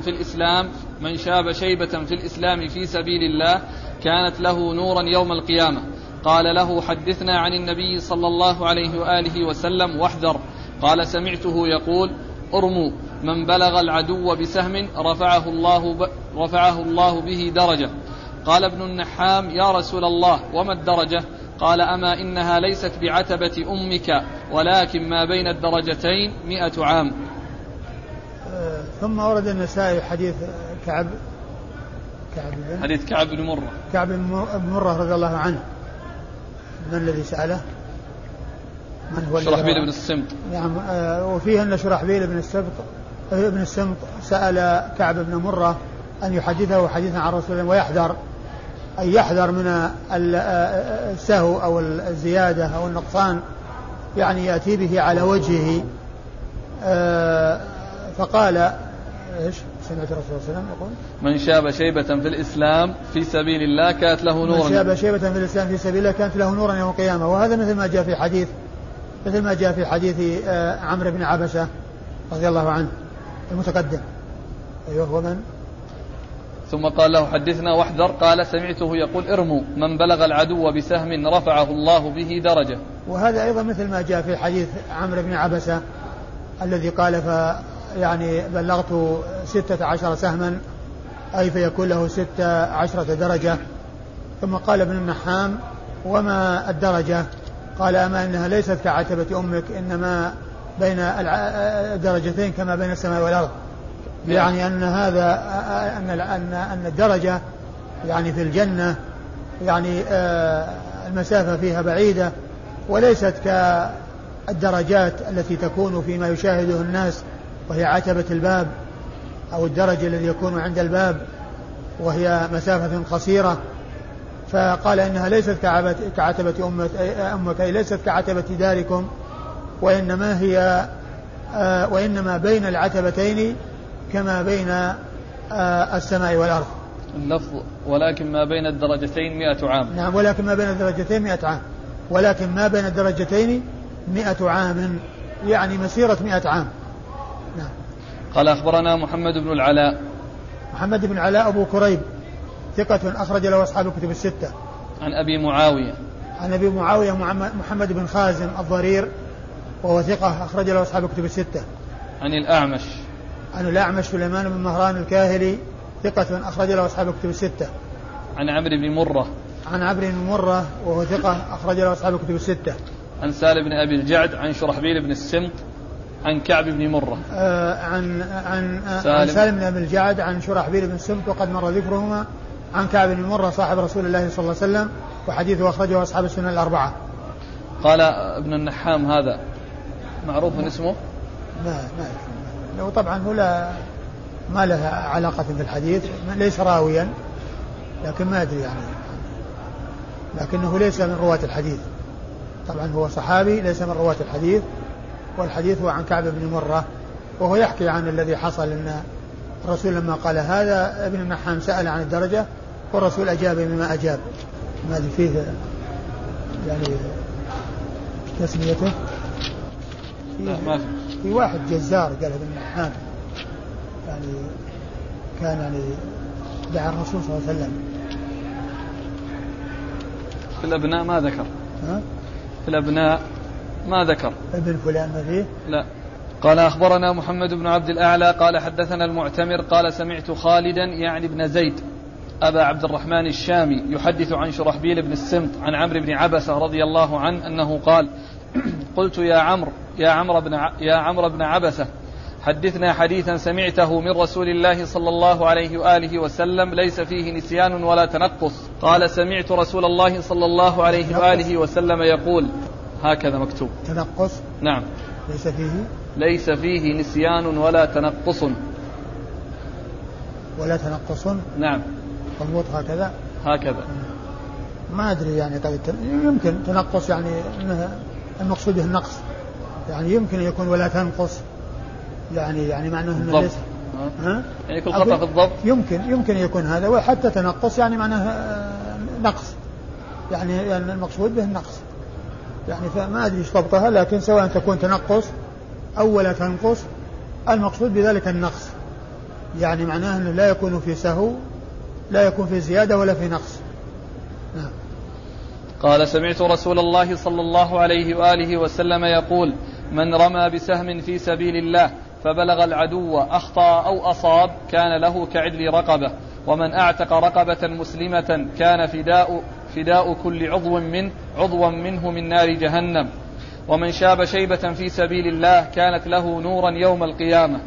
Speaker 3: شيبة في الإسلام في سبيل الله كانت له نورا يوم القيامة. قال له حدثنا عن النبي صلى الله عليه وآله وسلم واحذر. قال سمعته يقول ارموا من بلغ العدو بسهم رفعه الله به درجة. قال ابن النحام يا رسول الله وما الدرجة؟ قال أما إنها ليست بعتبة أمك ولكن ما بين الدرجتين 100 عام.
Speaker 2: ثم ورد النسائي حديث كعب
Speaker 3: بن مرة.
Speaker 2: كعب بن مرة رضي الله عنه. من الذي سأله؟ من هو؟
Speaker 3: شرحبيل بن السمط.
Speaker 2: نعم. وفيه أن شرحبيل بن السمط سأل كعب بن مرة أن يحدثه حديثا عن رسول الله ويحذر، أن يحذر من السهو أو الزيادة أو النقصان، يعني يأتي به على وجهه. فقال إيش؟ سمعت الرسول صلى الله عليه وسلم يقول
Speaker 3: من شاب شيبة في الإسلام في سبيل الله كانت له نورا.
Speaker 2: من شاب شيبة في الإسلام في سبيل الله كانت له نورا يوم القيامة. وهذا مثل ما جاء في حديث عمرو بن عبسة رضي الله عنه المتقدم. أيوه. ومن؟
Speaker 3: ثم قال له حدثنا واحذر. قال سمعته يقول ارموا من بلغ العدو بسهم رفعه الله به درجة.
Speaker 2: وهذا أيضا مثل ما جاء في حديث عمرو بن عبسة الذي قال يعني بلغت 16 سهما، أي فيكون له 16 درجة. ثم قال ابن النحام وما الدرجة؟ قال أما إنها ليست كعتبة أمك إنما بين الدرجتين كما بين السماء والأرض. يعني أن هذا أن الدرجة يعني في الجنة يعني المسافة فيها بعيدة، وليست كالدرجات التي تكون فيما يشاهده الناس وهي عتبة الباب أو الدرجة الذي يكون عند الباب وهي مسافة قصيرة. فقال إنها ليست كعتبة أمك، أي ليست كعتبة داركم، وإنما بين العتبتين كما بين السماء والأرض.
Speaker 3: اللفظ ولكن ما بين الدرجتين 100 عام.
Speaker 2: نعم. ولكن ما بين الدرجتين 100 عام. ولكن ما بين الدرجتين 100 عام، يعني مسيرة 100 عام. نعم.
Speaker 3: قال أخبرنا محمد بن العلاء.
Speaker 2: محمد بن العلاء أبو كريب ثقة أخرج له أصحاب الكتب الستة.
Speaker 3: عن أبي معاوية.
Speaker 2: عن أبي معاوية محمد بن خازم الضرير وهو ثقة أخرج له أصحاب الكتب الستة.
Speaker 3: عن الأعمش.
Speaker 2: عن الأعمش سليمان بن مهران الكاهلي ثقة أخرج له أصحاب الكتب الستة.
Speaker 3: عن عمرو بن مرة.
Speaker 2: عن عمرو بن مرة وهو ثقة أخرج له أصحاب الكتب الستة.
Speaker 3: عن سالم بن أبي الجعد عن شرحبيل بن السمط عن كعب بن مرة.
Speaker 2: عن سالم بن أبي الجعد عن شرحبيل بن السمط وقد مر ذكرهما. عن كعب بن مرة صاحب رسول الله صلى الله عليه وسلم وحديثه أخرجه أصحاب السنن الأربعة.
Speaker 3: قال ابن النحام هذا معروف اسمه؟
Speaker 2: ما لو طبعا هو ما له علاقة بالحديث، ليس راويا، لكن ما أدري يعني، لكنه ليس من رواة الحديث. طبعا هو صحابي ليس من رواة الحديث، والحديث هو عن كعب بن مرة، وهو يحكي عن الذي حصل أن الرسول لما قال هذا ابن النحام سأل عن الدرجة والرسول أجاب بما أجاب. ما أدري فيه يعني تسميته. في واحد جزار قال ابن النحام يعني كان يعني دعا الرسول صلى الله عليه وسلم.
Speaker 3: في الأبناء ما ذكر. في الأبناء ما ذكر.
Speaker 2: ابن فلان ما فيه؟
Speaker 3: لا. قال أخبرنا محمد بن عبد الأعلى قال حدثنا المعتمر قال سمعت خالدا يعني بن زيد أبا عبد الرحمن الشامي يحدث عن شرحبيل بن السمط عن عمرو بن عبسة رضي الله عنه أنه قال قلت يا عمرو بن عبسة حدثنا حديثا سمعته من رسول الله صلى الله عليه وآله وسلم ليس فيه نسيان ولا تنقص. قال سمعت رسول الله صلى الله عليه وآله وسلم يقول هكذا مكتوب
Speaker 2: تنقص.
Speaker 3: نعم.
Speaker 2: ليس فيه
Speaker 3: نسيان ولا تنقص.
Speaker 2: ولا تنقص.
Speaker 3: نعم.
Speaker 2: مضبوط هكذا. ما أدري يعني يمكن تنقص يعني المقصود به النقص، يعني يمكن يكون ولا تنقص يعني معناه انه ليس
Speaker 3: يعني يكون خطأ في الضبط.
Speaker 2: يمكن يكون هذا، وحتى تنقص يعني معناه نقص، يعني المقصود به النقص يعني. فما أدري ايش ضبطها، لكن سواء تكون تنقص أو ولا تنقص المقصود بذلك النقص، يعني معناه أنه لا يكون في سهو، لا يكون في زيادة ولا في نقص. نعم.
Speaker 3: قال سمعت رسول الله صلى الله عليه وآله وسلم يقول من رمى بسهم في سبيل الله فبلغ العدو أخطأ أو أصاب كان له كعدل رقبة، ومن أعتق رقبة مسلمة كان فداء كل عضو منه من نار جهنم، ومن شاب شيبة في سبيل الله كانت له نورا يوم القيامة.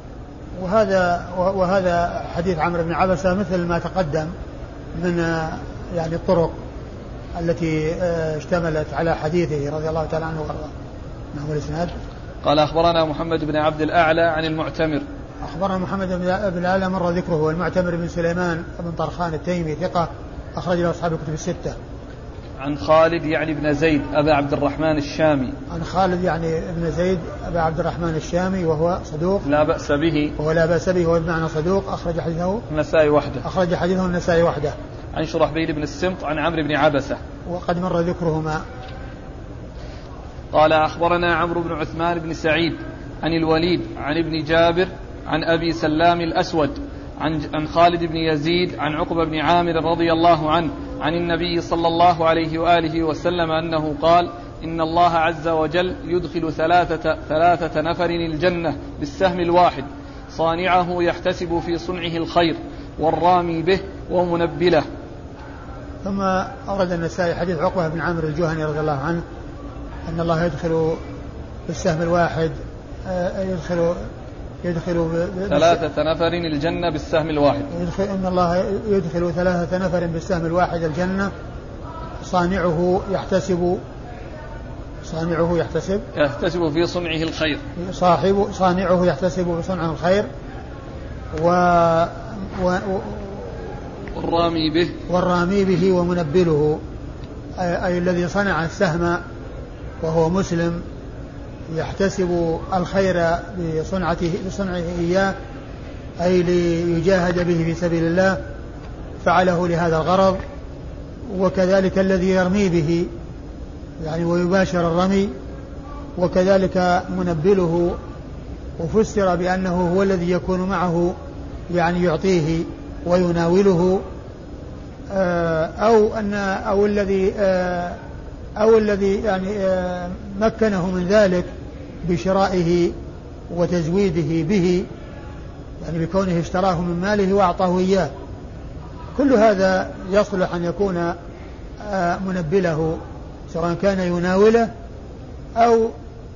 Speaker 2: وهذا حديث عمرو بن عبسة مثل ما تقدم من يعني الطرق التي اشتملت على حديثه رضي الله تعالى عنه وارضاه. نعم. الاسناد
Speaker 3: قال أخبرنا محمد بن عبد الأعلى عن المعتمر.
Speaker 2: أخبرنا محمد بن الأعلى مر ذكره. المعتمر بن سليمان بن طرخان التيمي ثقة أخرج له أصحاب الكتب الستة.
Speaker 3: عن خالد يعني بن زيد أبا عبد الرحمن الشامي.
Speaker 2: عن خالد يعني بن زيد أبا عبد الرحمن الشامي وهو صدوق
Speaker 3: لا بأس به.
Speaker 2: ولا بأس به، وهو بمعنى صدوق، أخرج حديثه
Speaker 3: النسائي وحده.
Speaker 2: أخرج حديثه النسائي وحده.
Speaker 3: عن شرحبيل بن السمط عن عمرو بن عبسة
Speaker 2: وقد مر ذكرهما.
Speaker 3: قال أخبرنا عمرو بن عثمان بن سعيد عن الوليد عن ابن جابر عن أبي سلام الأسود عن خالد بن يزيد عن عقبة بن عامر رضي الله عنه عن النبي صلى الله عليه وآله وسلم أنه قال إن الله عز وجل يدخل ثلاثة نفر الجنة بالسهم الواحد، صانعه يحتسب في صنعه الخير، والرامي به، ومنبله.
Speaker 2: ثم أورد النسائي حديث عقبة بن عامر الجهني رضي الله عنه أن الله يدخل بالسهم الواحد يدخل
Speaker 3: ثلاثة نفر الجنة بالسهم الواحد.
Speaker 2: إن الله يدخل 3 نفر بالسهم الواحد الجنة، صانعه يحتسب
Speaker 3: في صنعه الخير،
Speaker 2: صانعه يحتسب بصنعه الخير، والرامي به ومنبله، أي الذي صنع السهم وهو مسلم يحتسب الخير بصنعه إياه، أي ليجاهد به في سبيل الله، فعله لهذا الغرض. وكذلك الذي يرمي به يعني ويباشر الرمي، وكذلك منبله، وفسر بأنه هو الذي يكون معه يعني يعطيه ويناوله، أو الذي يعني مكنه من ذلك بشرائه وتزويده به، يعني بكونه اشتراه من ماله وأعطاه إياه. كل هذا يصلح أن يكون منبله، سواء كان يناوله أو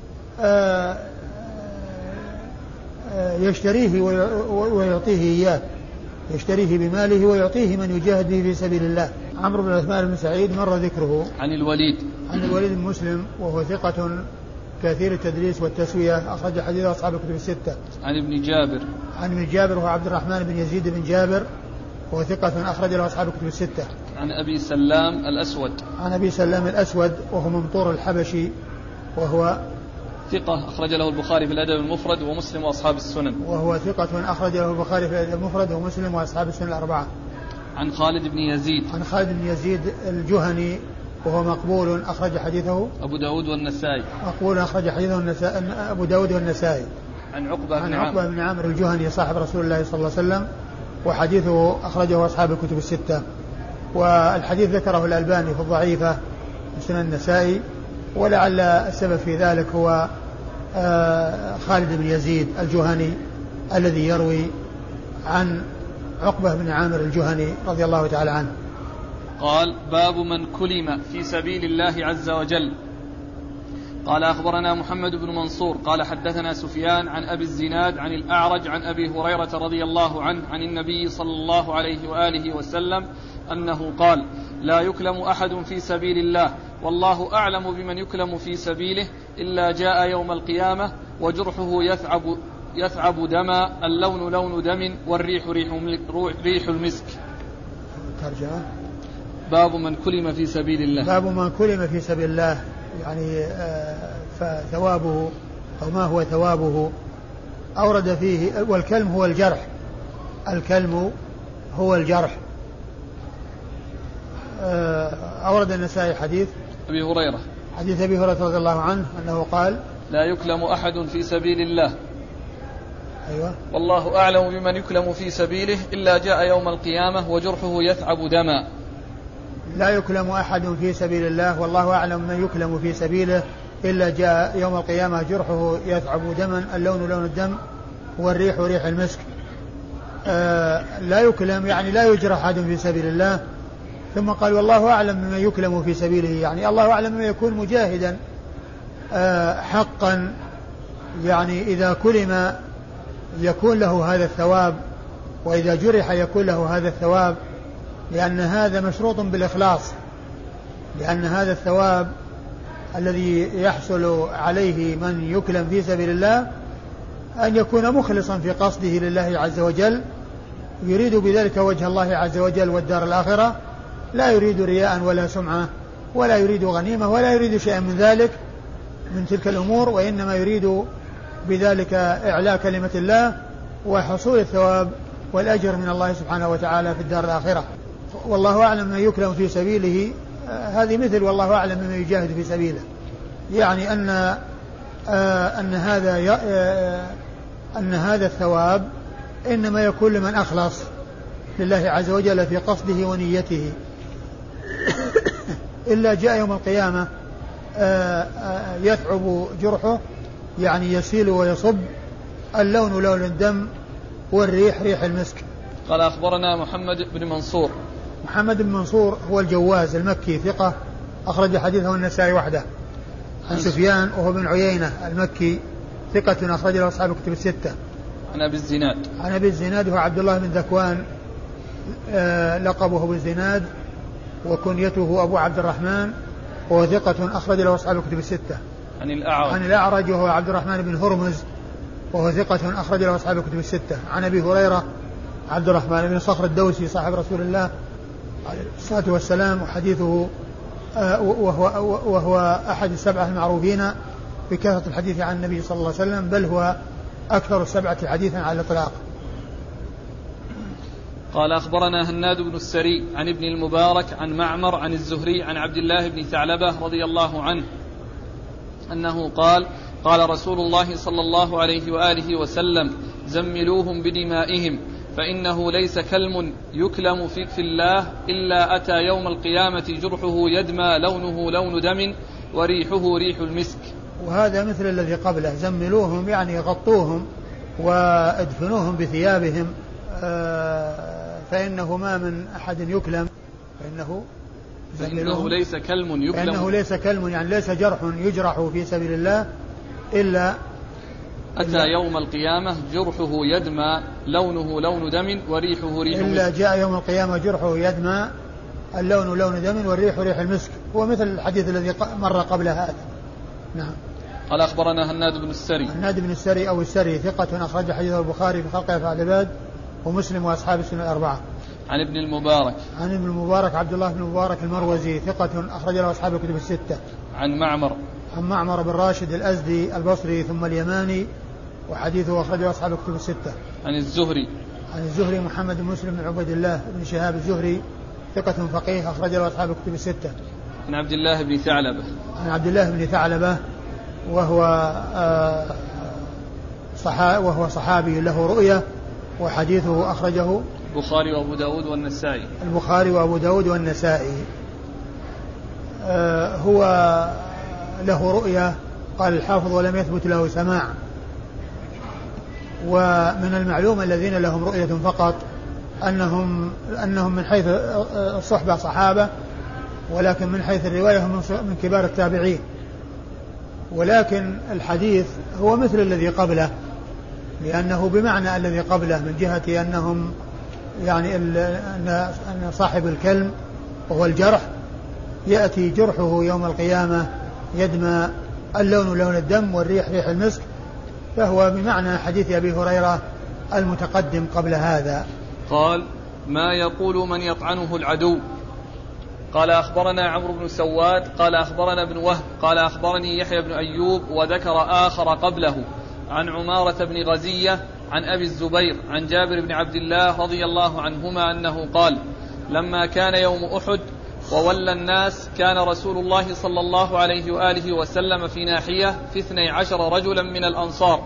Speaker 2: يشتريه ويعطيه إياه، يشتريه بماله ويعطيه من يجاهد به في سبيل الله. عمرو بن عثمان بن سعيد مر ذكره.
Speaker 3: عن الوليد
Speaker 2: بن مسلم وهو ثقة كثير التدليس والتسوية، أخرج حديثه أصحاب الكتب الستة.
Speaker 3: عن ابن جابر
Speaker 2: وهو عبد الرحمن بن يزيد بن جابر وهو ثقة أخرج له أصحاب الكتب الستة.
Speaker 3: عن أبي سلام الأسود وهو ممطور الحبشي وهو ثقة أخرج له البخاري في الأدب المفرد ومسلم وأصحاب السنن.
Speaker 2: وهو ثقة أخرج له البخاري في الأدب المفرد ومسلم وأصحاب السنن الأربعة.
Speaker 3: عن خالد بن يزيد
Speaker 2: الجهني وهو مقبول أخرج حديثه
Speaker 3: أبو داود والنسائي.
Speaker 2: مقبول أخرج حديثه أبو داود والنسائي.
Speaker 3: عن عقبة
Speaker 2: بن عامر الجهني صاحب رسول الله صلى الله عليه وسلم، وحديثه أخرجه أصحاب الكتب الستة. والحديث ذكره الألباني في الضعيفة في سنن النسائي، ولعل السبب في ذلك هو خالد بن يزيد الجهني الذي يروي عن عقبة بن عامر الجهني رضي الله تعالى عنه.
Speaker 3: قال باب من كلم في سبيل الله عز وجل. قال أخبرنا محمد بن منصور قال حدثنا سفيان عن أبي الزناد عن الأعرج عن أبي هريرة رضي الله عنه عن النبي صلى الله عليه وآله وسلم أنه قال لا يكلم أحد في سبيل الله والله أعلم بمن يكلم في سبيله إلا جاء يوم القيامة وجرحه يثعب دما، اللون لون دم، والريح ريح المسك.
Speaker 2: ترجمة
Speaker 3: باب من كلم في سبيل الله.
Speaker 2: باب من كلم في سبيل الله، يعني فثوابه أو ما هو ثوابه. أورد فيه والكلم هو الجرح، الكلم هو الجرح. أورد النسائي حديث
Speaker 3: أبي هريرة،
Speaker 2: حديث أبي هريرة رضي الله عنه أنه قال
Speaker 3: لا يكلم أحد في سبيل الله.
Speaker 2: أيوة.
Speaker 1: والله أعلم بمن يكلم في سبيله إلا جاء يوم القيامة وجرحه يثعب دما.
Speaker 2: لا يكلم أحد في سبيل الله والله أعلم من يكلم في سبيله إلا جاء يوم القيامة جرحه يثعب دما، اللون لون الدم والريح ريح المسك. لا يكلم يعني لا يجرح أحد في سبيل الله. ثم قال والله أعلم من يكلم في سبيله، يعني الله أعلم من يكون مجاهدا حقا، يعني إذا كلم يكون له هذا الثواب، وإذا جرح يكون له هذا الثواب، لأن هذا مشروط بالإخلاص، لأن هذا الثواب الذي يحصل عليه من يكلم في سبيل الله أن يكون مخلصا في قصده لله عز وجل، يريد بذلك وجه الله عز وجل والدار الآخرة، لا يريد رياء ولا سمعة ولا يريد غنيمة ولا يريد شيئا من ذلك من تلك الأمور، وإنما يريد بذلك إعلاء كلمة الله وحصول الثواب والأجر من الله سبحانه وتعالى في الدار الآخرة. والله أعلم من يكلم في سبيله، هذه مثل والله أعلم من يجاهد في سبيله، يعني أن هذا الثواب إنما يكون لمن أخلص لله عز وجل في قصده ونيته. إلا جاء يوم القيامة يثعب جرحه، يعني يسيل ويصب، اللون لون الدم والريح ريح المسك.
Speaker 1: قال أخبرنا محمد بن منصور.
Speaker 2: محمد بن منصور هو الجواز المكي ثقة، أخرج حديثه النسائي وحده. عن سفيان وهو بن عيينة المكي ثقة أخرج له أصحاب الكتب الستة.
Speaker 1: عن أبي الزناد.
Speaker 2: عن أبي الزناد هو عبد الله بن ذكوان، لقبه أبو الزناد وكنيته أبو عبد الرحمن، وهو ثقة أخرج له أصحاب الكتب الستة. عن الأعرج وهو عبد الرحمن بن هرمز، وهو ثقة أخرج له أصحاب الكتب الستة. عن أبي هريرة عبد الرحمن بن صخر الدوسي صاحب رسول الله عليه الصلاة والسلام، وحديثه وهو أحد السبعة المعروفين بكثرة الحديث عن النبي صلى الله عليه وسلم، بل هو أكثر السبعة حديثا على الإطلاق.
Speaker 1: قال أخبرنا هناد بن السري عن ابن المبارك عن معمر عن الزهري عن عبد الله بن ثعلبة رضي الله عنه أنه قال قال رسول الله صلى الله عليه وآله وسلم زملوهم بدمائهم فإنه ليس كلم يكلم في الله إلا أتى يوم القيامة جرحه يدمى لونه لون دم وريحه ريح المسك.
Speaker 2: وهذا مثل الذي قبله، زملوهم يعني غطوهم وادفنوهم بثيابهم، فإنه ما من أحد يكلم
Speaker 1: فإنه ليس كلم يكلم،
Speaker 2: فإنه ليس كلم يعني ليس جرح يجرح في سبيل الله إلا
Speaker 1: أتى يوم القيامة جرحه يدمى لونه لون دم وريحه ريح
Speaker 2: إلا
Speaker 1: المسك.
Speaker 2: جاء يوم القيامة جرحه يدمى اللون لون دم والريح ريح المسك، هو مثل الحديث الذي مر قبل هذا. نعم.
Speaker 1: قال أخبرنا هناد بن السري.
Speaker 2: هناد بن السري أو السري ثقة أخرج حديثه البخاري في خلق أفعال العباد ومسلم وأصحاب السنن الأربعة.
Speaker 1: عن ابن المبارك.
Speaker 2: عن ابن المبارك عبد الله بن المبارك المروزي ثقة أخرج له أصحاب الكتب الستة.
Speaker 1: عن معمر.
Speaker 2: عن معمر بن راشد الأزدي البصري ثم اليماني، وحديثه أخرجه أصحاب الكتب الستة.
Speaker 1: عن الزهري.
Speaker 2: عن الزهري محمد بن مسلم بن عبيد الله بن شهاب الزهري ثقة فقيه أخرج له أصحاب الكتب الستة.
Speaker 1: عن عبد الله بن ثعلبة.
Speaker 2: عن عبد الله بن ثعلبة وهو صحابي له رؤية، وحديثه أخرجه
Speaker 1: البخاري وأبو داود والنسائي.
Speaker 2: البخاري وأبو داود والنسائي. هو له رؤية قال الحافظ ولم يثبت له سماع. ومن المعلوم الذين لهم رؤية فقط أنهم من حيث الصحبة صحابة، ولكن من حيث الرواية هم من كبار التابعين. ولكن الحديث هو مثل الذي قبله، لأنه بمعنى الذي قبله من جهة أنهم يعني أن صاحب الكلم وهو الجرح يأتي جرحه يوم القيامة يدمى اللون لون الدم والريح ريح المسك، فهو بمعنى حديث أبي هريرة المتقدم قبل هذا.
Speaker 1: قال ما يقول من يطعنه العدو. قال أخبرنا عمرو بن سواد قال أخبرنا ابن وهب قال أخبرني يحيى بن أيوب وذكر آخر قبله عن عمارة بن غزية عن أبي الزبير عن جابر بن عبد الله رضي الله عنهما أنه قال لما كان يوم أحد وولى الناس كان رسول الله صلى الله عليه وآله وسلم في ناحية في 12 رجلا من الأنصار،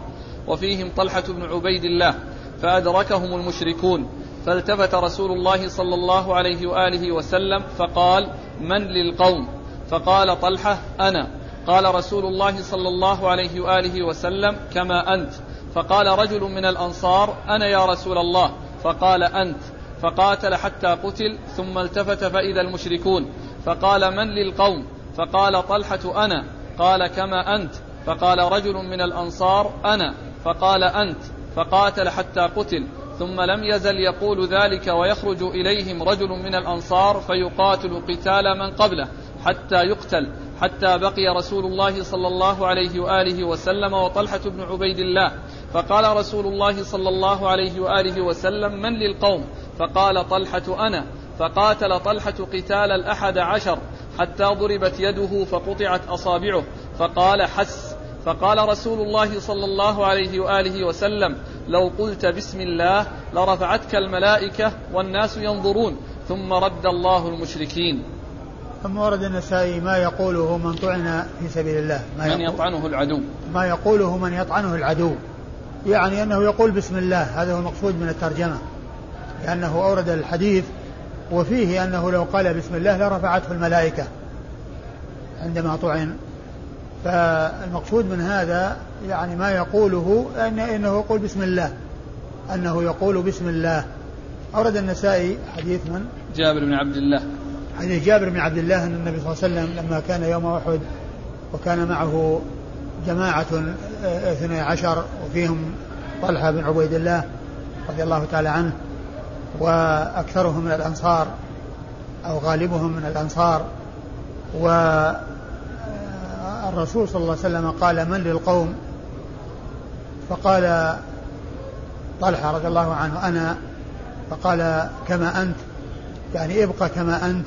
Speaker 3: وفيهم طلحة بن عبيد الله، فأدركهم المشركون، فالتفت رسول الله صلى الله عليه وآله وسلم فقال: من للقوم؟ فقال طلحة: أنا. قال رسول الله صلى الله عليه وآله وسلم: كما أنت. فقال رجل من الأنصار: أنا يا رسول الله. فقال: أنت. فقاتل حتى قتل، ثم التفت فإذا المشركون، فقال: من للقوم؟ فقال طلحة: أنا. قال: كما أنت. فقال رجل من الأنصار: أنا. فقال: أنت. فقاتل حتى قتل، ثم لم يزل يقول ذلك ويخرج إليهم رجل من الأنصار فيقاتل قتال من قبله حتى يقتل، حتى بقي رسول الله صلى الله عليه وآله وسلم وطلحة بن عبيد الله. فقال رسول الله صلى الله عليه وآله وسلم: من للقوم؟ فقال طلحة: أنا. فقاتل طلحة قتال 11 حتى ضربت يده فقطعت أصابعه، فقال: حس. فقال رسول الله صلى الله عليه وآله وسلم: لو قلت بسم الله لرفعتك الملائكة والناس ينظرون. ثم رد الله المشركين.
Speaker 2: ثم ورد النسائي ما يقوله من طعن في سبيل الله،
Speaker 3: من يطعنه العدو،
Speaker 2: ما يقوله من يطعنه العدو، يعني أنه يقول بسم الله. هذا هو المقصود من الترجمة، لأنه أورد الحديث وفيه أنه لو قال بسم الله لرفعته الملائكة عندما طعن. فالمقصود من هذا يعني ما يقوله أنه يقول بسم الله، أنه يقول بسم الله. أورد النسائي حديث من؟
Speaker 3: جابر بن عبد الله،
Speaker 2: حديث جابر بن عبد الله أن النبي صلى الله عليه وسلم لما كان يوم أحد وكان معه جماعة 12 وفيهم طلحة بن عبيد الله رضي الله تعالى عنه، وأكثرهم من الأنصار أو غالبهم من الأنصار، والرسول صلى الله عليه وسلم قال: من للقوم؟ فقال طلحة رضي الله عنه: أنا. فقال: كما أنت، يعني ابقى كما أنت.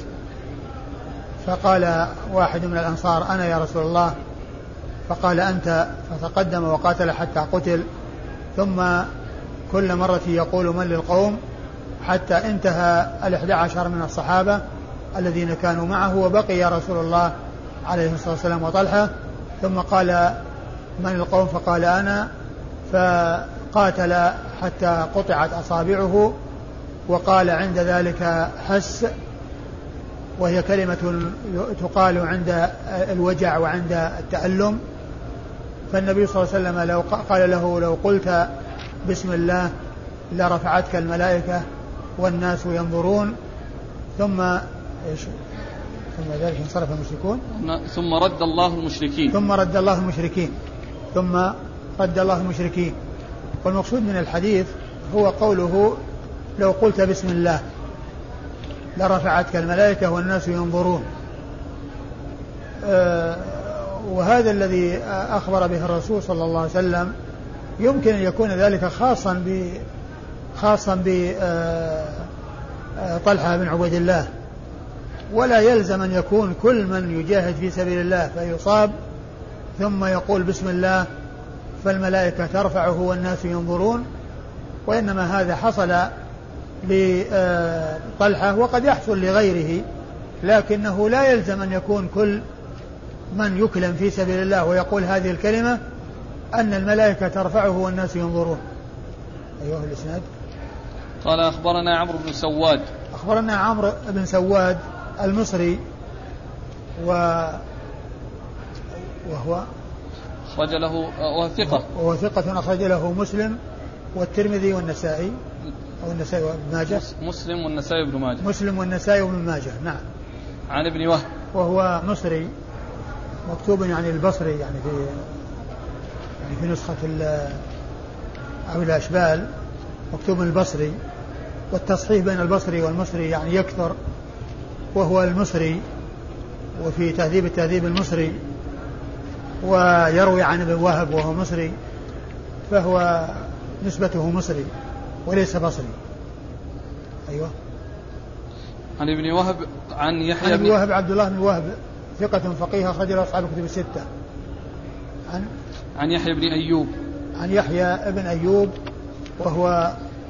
Speaker 2: فقال واحد من الأنصار: أنا يا رسول الله. فقال: أنت. فتقدم وقاتل حتى قتل، ثم كل مرة يقول: من للقوم؟ حتى انتهى 11 من الصحابة الذين كانوا معه، وبقي رسول الله عليه الصلاة والسلام وطلحة. ثم قال: من القوم؟ فقال: أنا. فقاتل حتى قطعت أصابعه، وقال عند ذلك: حس، وهي كلمة تقال عند الوجع وعند التألم. فالنبي صلى الله عليه وسلم قال له: لو قلت بسم الله لرفعتك الملائكة والناس ينظرون. ثم ذلك انصرف المشركون،
Speaker 3: ثم رد الله المشركين. والمقصود من الحديث هو قوله: لو قلت بسم الله لرفعتك الملائكة والناس ينظرون. وهذا الذي أخبر به الرسول صلى الله عليه وسلم يمكن أن يكون ذلك خاصا بطلحة بن عبيد الله، ولا يلزم أن يكون كل من يجاهد في سبيل الله فيصاب ثم يقول بسم الله فالملائكة ترفعه والناس ينظرون، وإنما هذا حصل لطلحة وقد يحصل لغيره، لكنه لا يلزم أن يكون كل من يكلم في سبيل الله ويقول هذه الكلمة أن الملائكة ترفعه والناس ينظرون. أيها الإسناد. قال: أخبرنا عمرو بن سواد.
Speaker 2: أخبرنا عمرو بن سواد المصري، وهو
Speaker 3: أخرج له وهو
Speaker 2: ثقة أخرج له مسلم والترمذي والنسائي، أو النسائي وابن ماجه.
Speaker 3: مسلم والنسائي وابن ماجه. نعم. عن ابن وهب،
Speaker 2: وهو مصري مكتوب يعني البصري، يعني في نسخة أو الأشبال مكتوب البصري، والتصحيح بين البصري والمصري يعني يكثر، وهو المصري، وفي تهذيب التهذيب المصري، ويروي عن ابن وهب وهو مصري، فهو نسبته مصري وليس بصري. أيوة.
Speaker 3: عن ابن وهب عن يحيى
Speaker 2: عن ابن وهب عبد الله بن وهب ثقة فقيه أخرج له أصحاب الكتب الستة.
Speaker 3: عن يحيى بن أيوب.
Speaker 2: عن يحيى بن أيوب وهو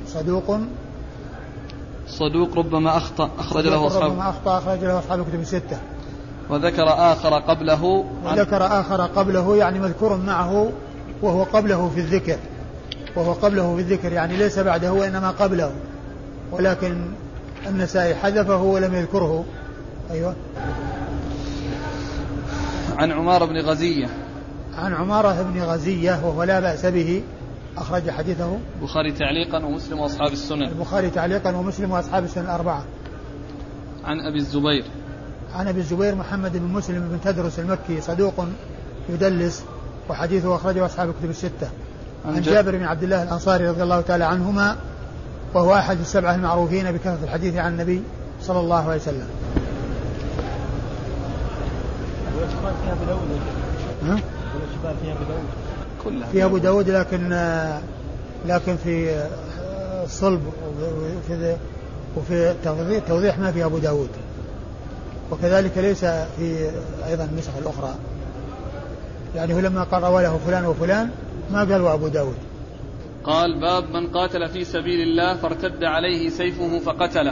Speaker 2: صدوق
Speaker 3: ربما أخطأ أخرج له
Speaker 2: أصحاب الكتب الستة.
Speaker 3: وذكر آخر قبله
Speaker 2: يعني مذكور معه وهو قبله في الذكر، وهو قبله في الذكر، يعني ليس بعده وإنما قبله، ولكن النسائي حذفه ولم يذكره. أيوة.
Speaker 1: عن عمارة بن غزية.
Speaker 2: عن عمارة بن غزية وهو لا بأس به، أخرج حديثه
Speaker 1: البخاري تعليقا ومسلم وأصحاب السنن.
Speaker 2: البخاري تعليقا ومسلم وأصحاب السنن الأربعة.
Speaker 1: عن أبي الزبير.
Speaker 2: عن أبي الزبير محمد بن مسلم بن تدرس المكي صدوق يدلس، وحديثه أخرجه أصحاب الكتب الستة. عن جابر بن عبد الله الأنصاري رضي الله تعالى عنهما، وهو أحد السبعة المعروفين بكثرة الحديث عن النبي صلى الله عليه وسلم. فيها أبو داود لكن في الصلب وفي توضيح ما في أبو داود، وكذلك ليس في أيضا النسخ الأخرى، يعني هو لما قال رواه فلان وفلان ما قال وأبو داود.
Speaker 1: قال باب من قاتل في سبيل الله فارتد عليه سيفه فقتله.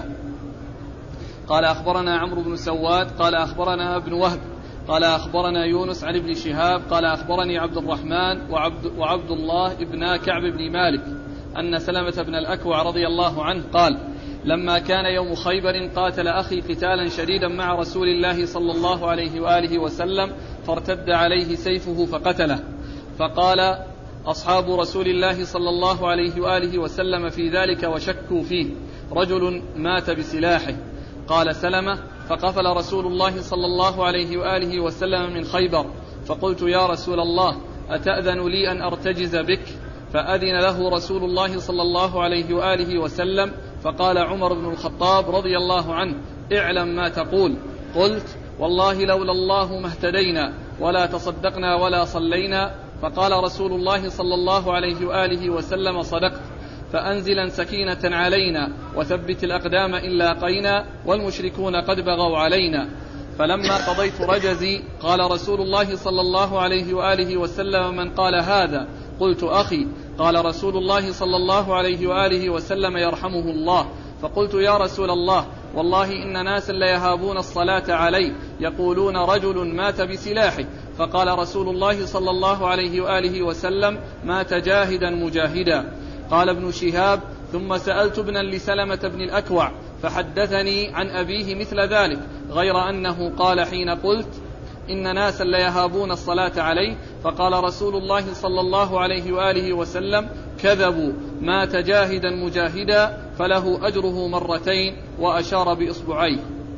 Speaker 1: قال أخبرنا عمرو بن سواد قال أخبرنا ابن وهب قال أخبرنا يونس عن ابن شهاب قال أخبرني عبد الرحمن وعبد الله ابن كعب بن مالك أن سلمة بن الأكوع رضي الله عنه قال لما كان يوم خيبر قاتل أخي قتالا شديدا مع رسول الله صلى الله عليه وآله وسلم فارتد عليه سيفه فقتله. فقال أصحاب رسول الله صلى الله عليه وآله وسلم في ذلك وشكوا فيه رجل مات بسلاحه. قال سلمة فقفل رسول الله صلى الله عليه وآله وسلم من خيبر فقلت يا رسول الله أتأذن لي أن أرتجز بك؟ فأذن له رسول الله صلى الله عليه وآله وسلم. فقال عمر بن الخطاب رضي الله عنه اعلم ما تقول. قلت والله لولا الله ما اهتدينا ولا تصدقنا ولا صلينا. فقال رسول الله صلى الله عليه وآله وسلم صدقت فأنزلا سكينة علينا وثبت الأقدام إن لاقينا والمشركون قد بغوا علينا. فلما قضيت رجزي قال رسول الله صلى الله عليه وآله وسلم من قال هذا؟ قلت أخي. قال رسول الله صلى الله عليه وآله وسلم يرحمه الله. فقلت يا رسول الله والله إن ناسا ليهابون الصلاة عليه يقولون رجل مات بسلاحه. فقال رسول الله صلى الله عليه وآله وسلم مات جاهدا مجاهدا. قال ابن شهاب ثم سألت ابنا لسلمة بن الأكوع فحدثني عن أبيه مثل ذلك غير أنه قال حين قلت إن ناسا ليهابون الصلاة عليه فقال رسول الله صلى الله عليه وآله وسلم كذبوا مات جاهدا مجاهدا فله أجره مرتين وأشار بإصبعيه.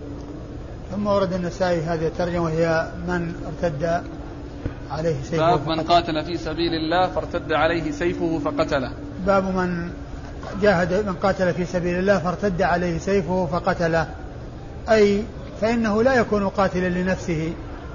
Speaker 2: ثم ورد النسائي هذه الترجمة وهي من ارتد عليه سيفه
Speaker 1: باب من قاتل في سبيل الله فارتد عليه سيفه فقتله.
Speaker 2: باب من جاهد من قاتل في سبيل الله فارتد عليه سيفه فقتله، أي فإنه لا يكون قاتلا لنفسه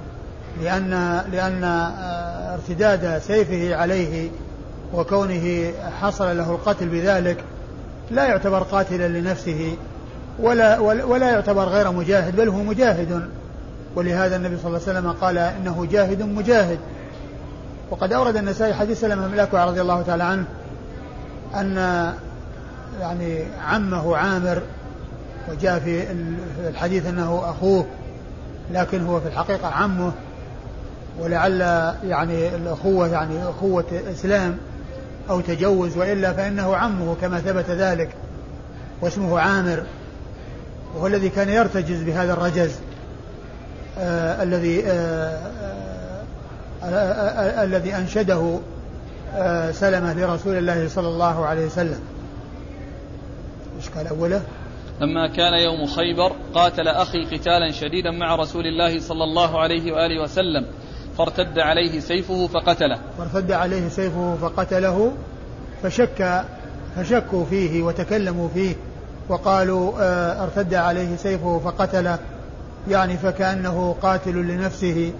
Speaker 2: لأن ارتداد سيفه عليه وكونه حصل له القتل بذلك لا يعتبر قاتلا لنفسه ولا يعتبر غير مجاهد، بل هو مجاهد. ولهذا النبي صلى الله عليه وسلم قال إنه جاهد مجاهد. وقد أورد النسائي حديث سلمة بن الأكوع رضي الله تعالى عنه أن يعني عمه عامر، وجاء في الحديث أنه أخوه لكن هو في الحقيقة عمه، ولعل يعني الأخوة يعني أخوة إسلام أو تجوز، وإلا فإنه عمه كما ثبت ذلك، واسمه عامر، وهو الذي كان يرتجز بهذا الرجز الذي أنشده سلمة لرسول الله صلى الله عليه وسلم. إيش قال أوله؟
Speaker 1: لما كان يوم خيبر قاتل أخي قتالا شديدا مع رسول الله صلى الله عليه وآله وسلم فارتد عليه سيفه فقتله فشكوا فيه وتكلموا فيه وقالوا ارتد عليه سيفه فقتله، يعني فكأنه قاتل لنفسه.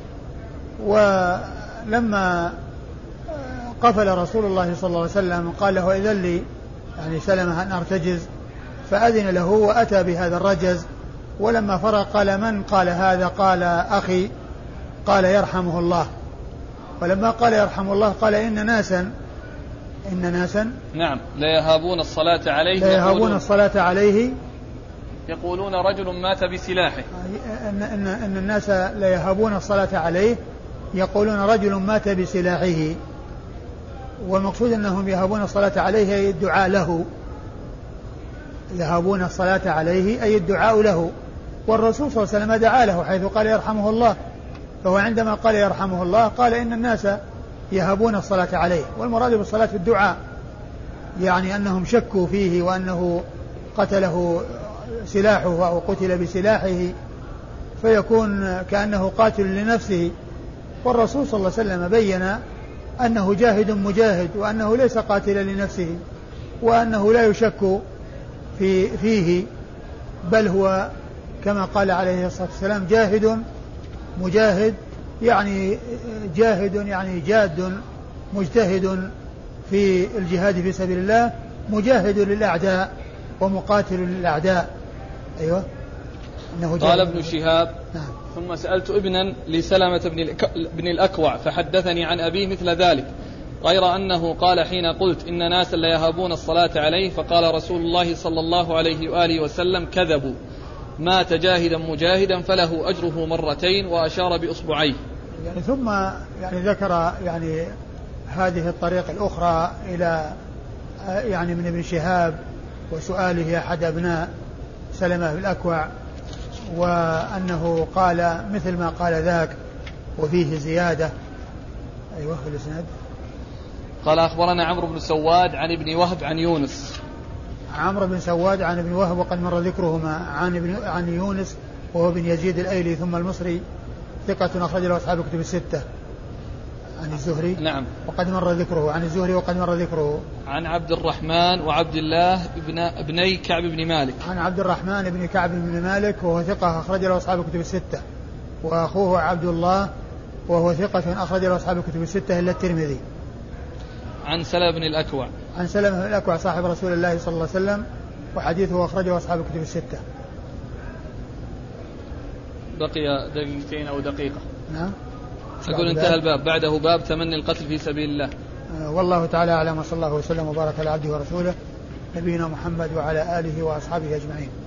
Speaker 1: ولما قفل رسول الله صلى الله عليه وسلم قال له إذن لي يعني سلمة أن أرتجز، فأذن له وأتى بهذا الرجز. ولما فرغ قال من قال هذا؟ قال أخي. قال يرحمه الله. ولما قال يرحمه الله قال إن ناسا نعم ليهابون الصلاة عليه يقولون رجل مات بسلاحه.
Speaker 2: إن الناس ليهابون الصلاة عليه يقولون رجل مات بسلاحه. والمقصود أنهم يهابون الصلاة عليه أي الدعاء له، يهابون الصلاة عليه أي الدعاء له. والرسول صلى الله عليه وسلم دعا له حيث قال يرحمه الله، فهو عندما قال يرحمه الله قال إن الناس يهابون الصلاة عليه، والمراد بالصلاة الدعاء، يعني أنهم شكوا فيه وأنه قتله سلاحه أو قتل بسلاحه فيكون كأنه قاتل لنفسه. والرسول صلى الله عليه وسلم بين أنه جاهد مجاهد، وأنه ليس قاتلا لنفسه، وأنه لا يشك فيه، بل هو كما قال عليه الصلاة والسلام جاهد مجاهد، يعني جاهد يعني جاد مجتهد في الجهاد في سبيل الله، مجاهد للأعداء ومقاتل للأعداء. أيوة.
Speaker 3: قال ابن شهاب:
Speaker 2: نعم.
Speaker 3: ثم سألت ابنا لسلمة بن الأكوع فحدثني عن أبيه مثل ذلك، غير أنه قال حين قلت إن ناسا لا يهابون الصلاة عليه فقال رسول الله صلى الله عليه وآله وسلم: كذبوا، مات جاهدا مجاهدا فله أجره مرتين، وأشار بإصبعيه.
Speaker 2: يعني ثم يعني ذكر يعني هذه الطريق الأخرى إلى يعني من ابن شهاب وسؤاله أحد أبناء سلمة الأكوع، وأنه قال مثل ما قال ذاك وفيه زيادة. أيوة في الإسناد.
Speaker 3: قال: أخبرنا عمرو بن سواد عن ابن وهب عن يونس.
Speaker 2: عمرو بن سواد عن ابن وهب وقد مر ذكرهما، عن يونس وهو بن يزيد الأيلي ثم المصري، ثقة أخرج له أصحاب الكتب الستة. عن الزهري.
Speaker 3: نعم.
Speaker 2: وقد مر ذكره. عن الزهري وقد مر ذكره.
Speaker 3: عن عبد الرحمن وعبد الله ابني كعب بن مالك.
Speaker 2: عن عبد الرحمن بن كعب بن مالك وهو ثقة أخرج له أصحاب الكتب الستة، وأخوه عبد الله وهو ثقة أخرج له أصحاب الكتب الستة إلا الترمذي.
Speaker 3: عن سلمة بن الأكوع.
Speaker 2: عن سلمة بن الأكوع صاحب رسول الله صلى الله عليه وسلم، وحديثه أخرجه أصحاب الكتب الستة.
Speaker 3: بقي دقيقتين أو دقيقة.
Speaker 2: نعم.
Speaker 3: أقول انتهى الباب، بعده باب تمني القتل في سبيل الله.
Speaker 2: والله تعالى أعلم، وصلى الله وسلم وبارك على عبده ورسوله نبينا محمد وعلى آله وأصحابه أجمعين.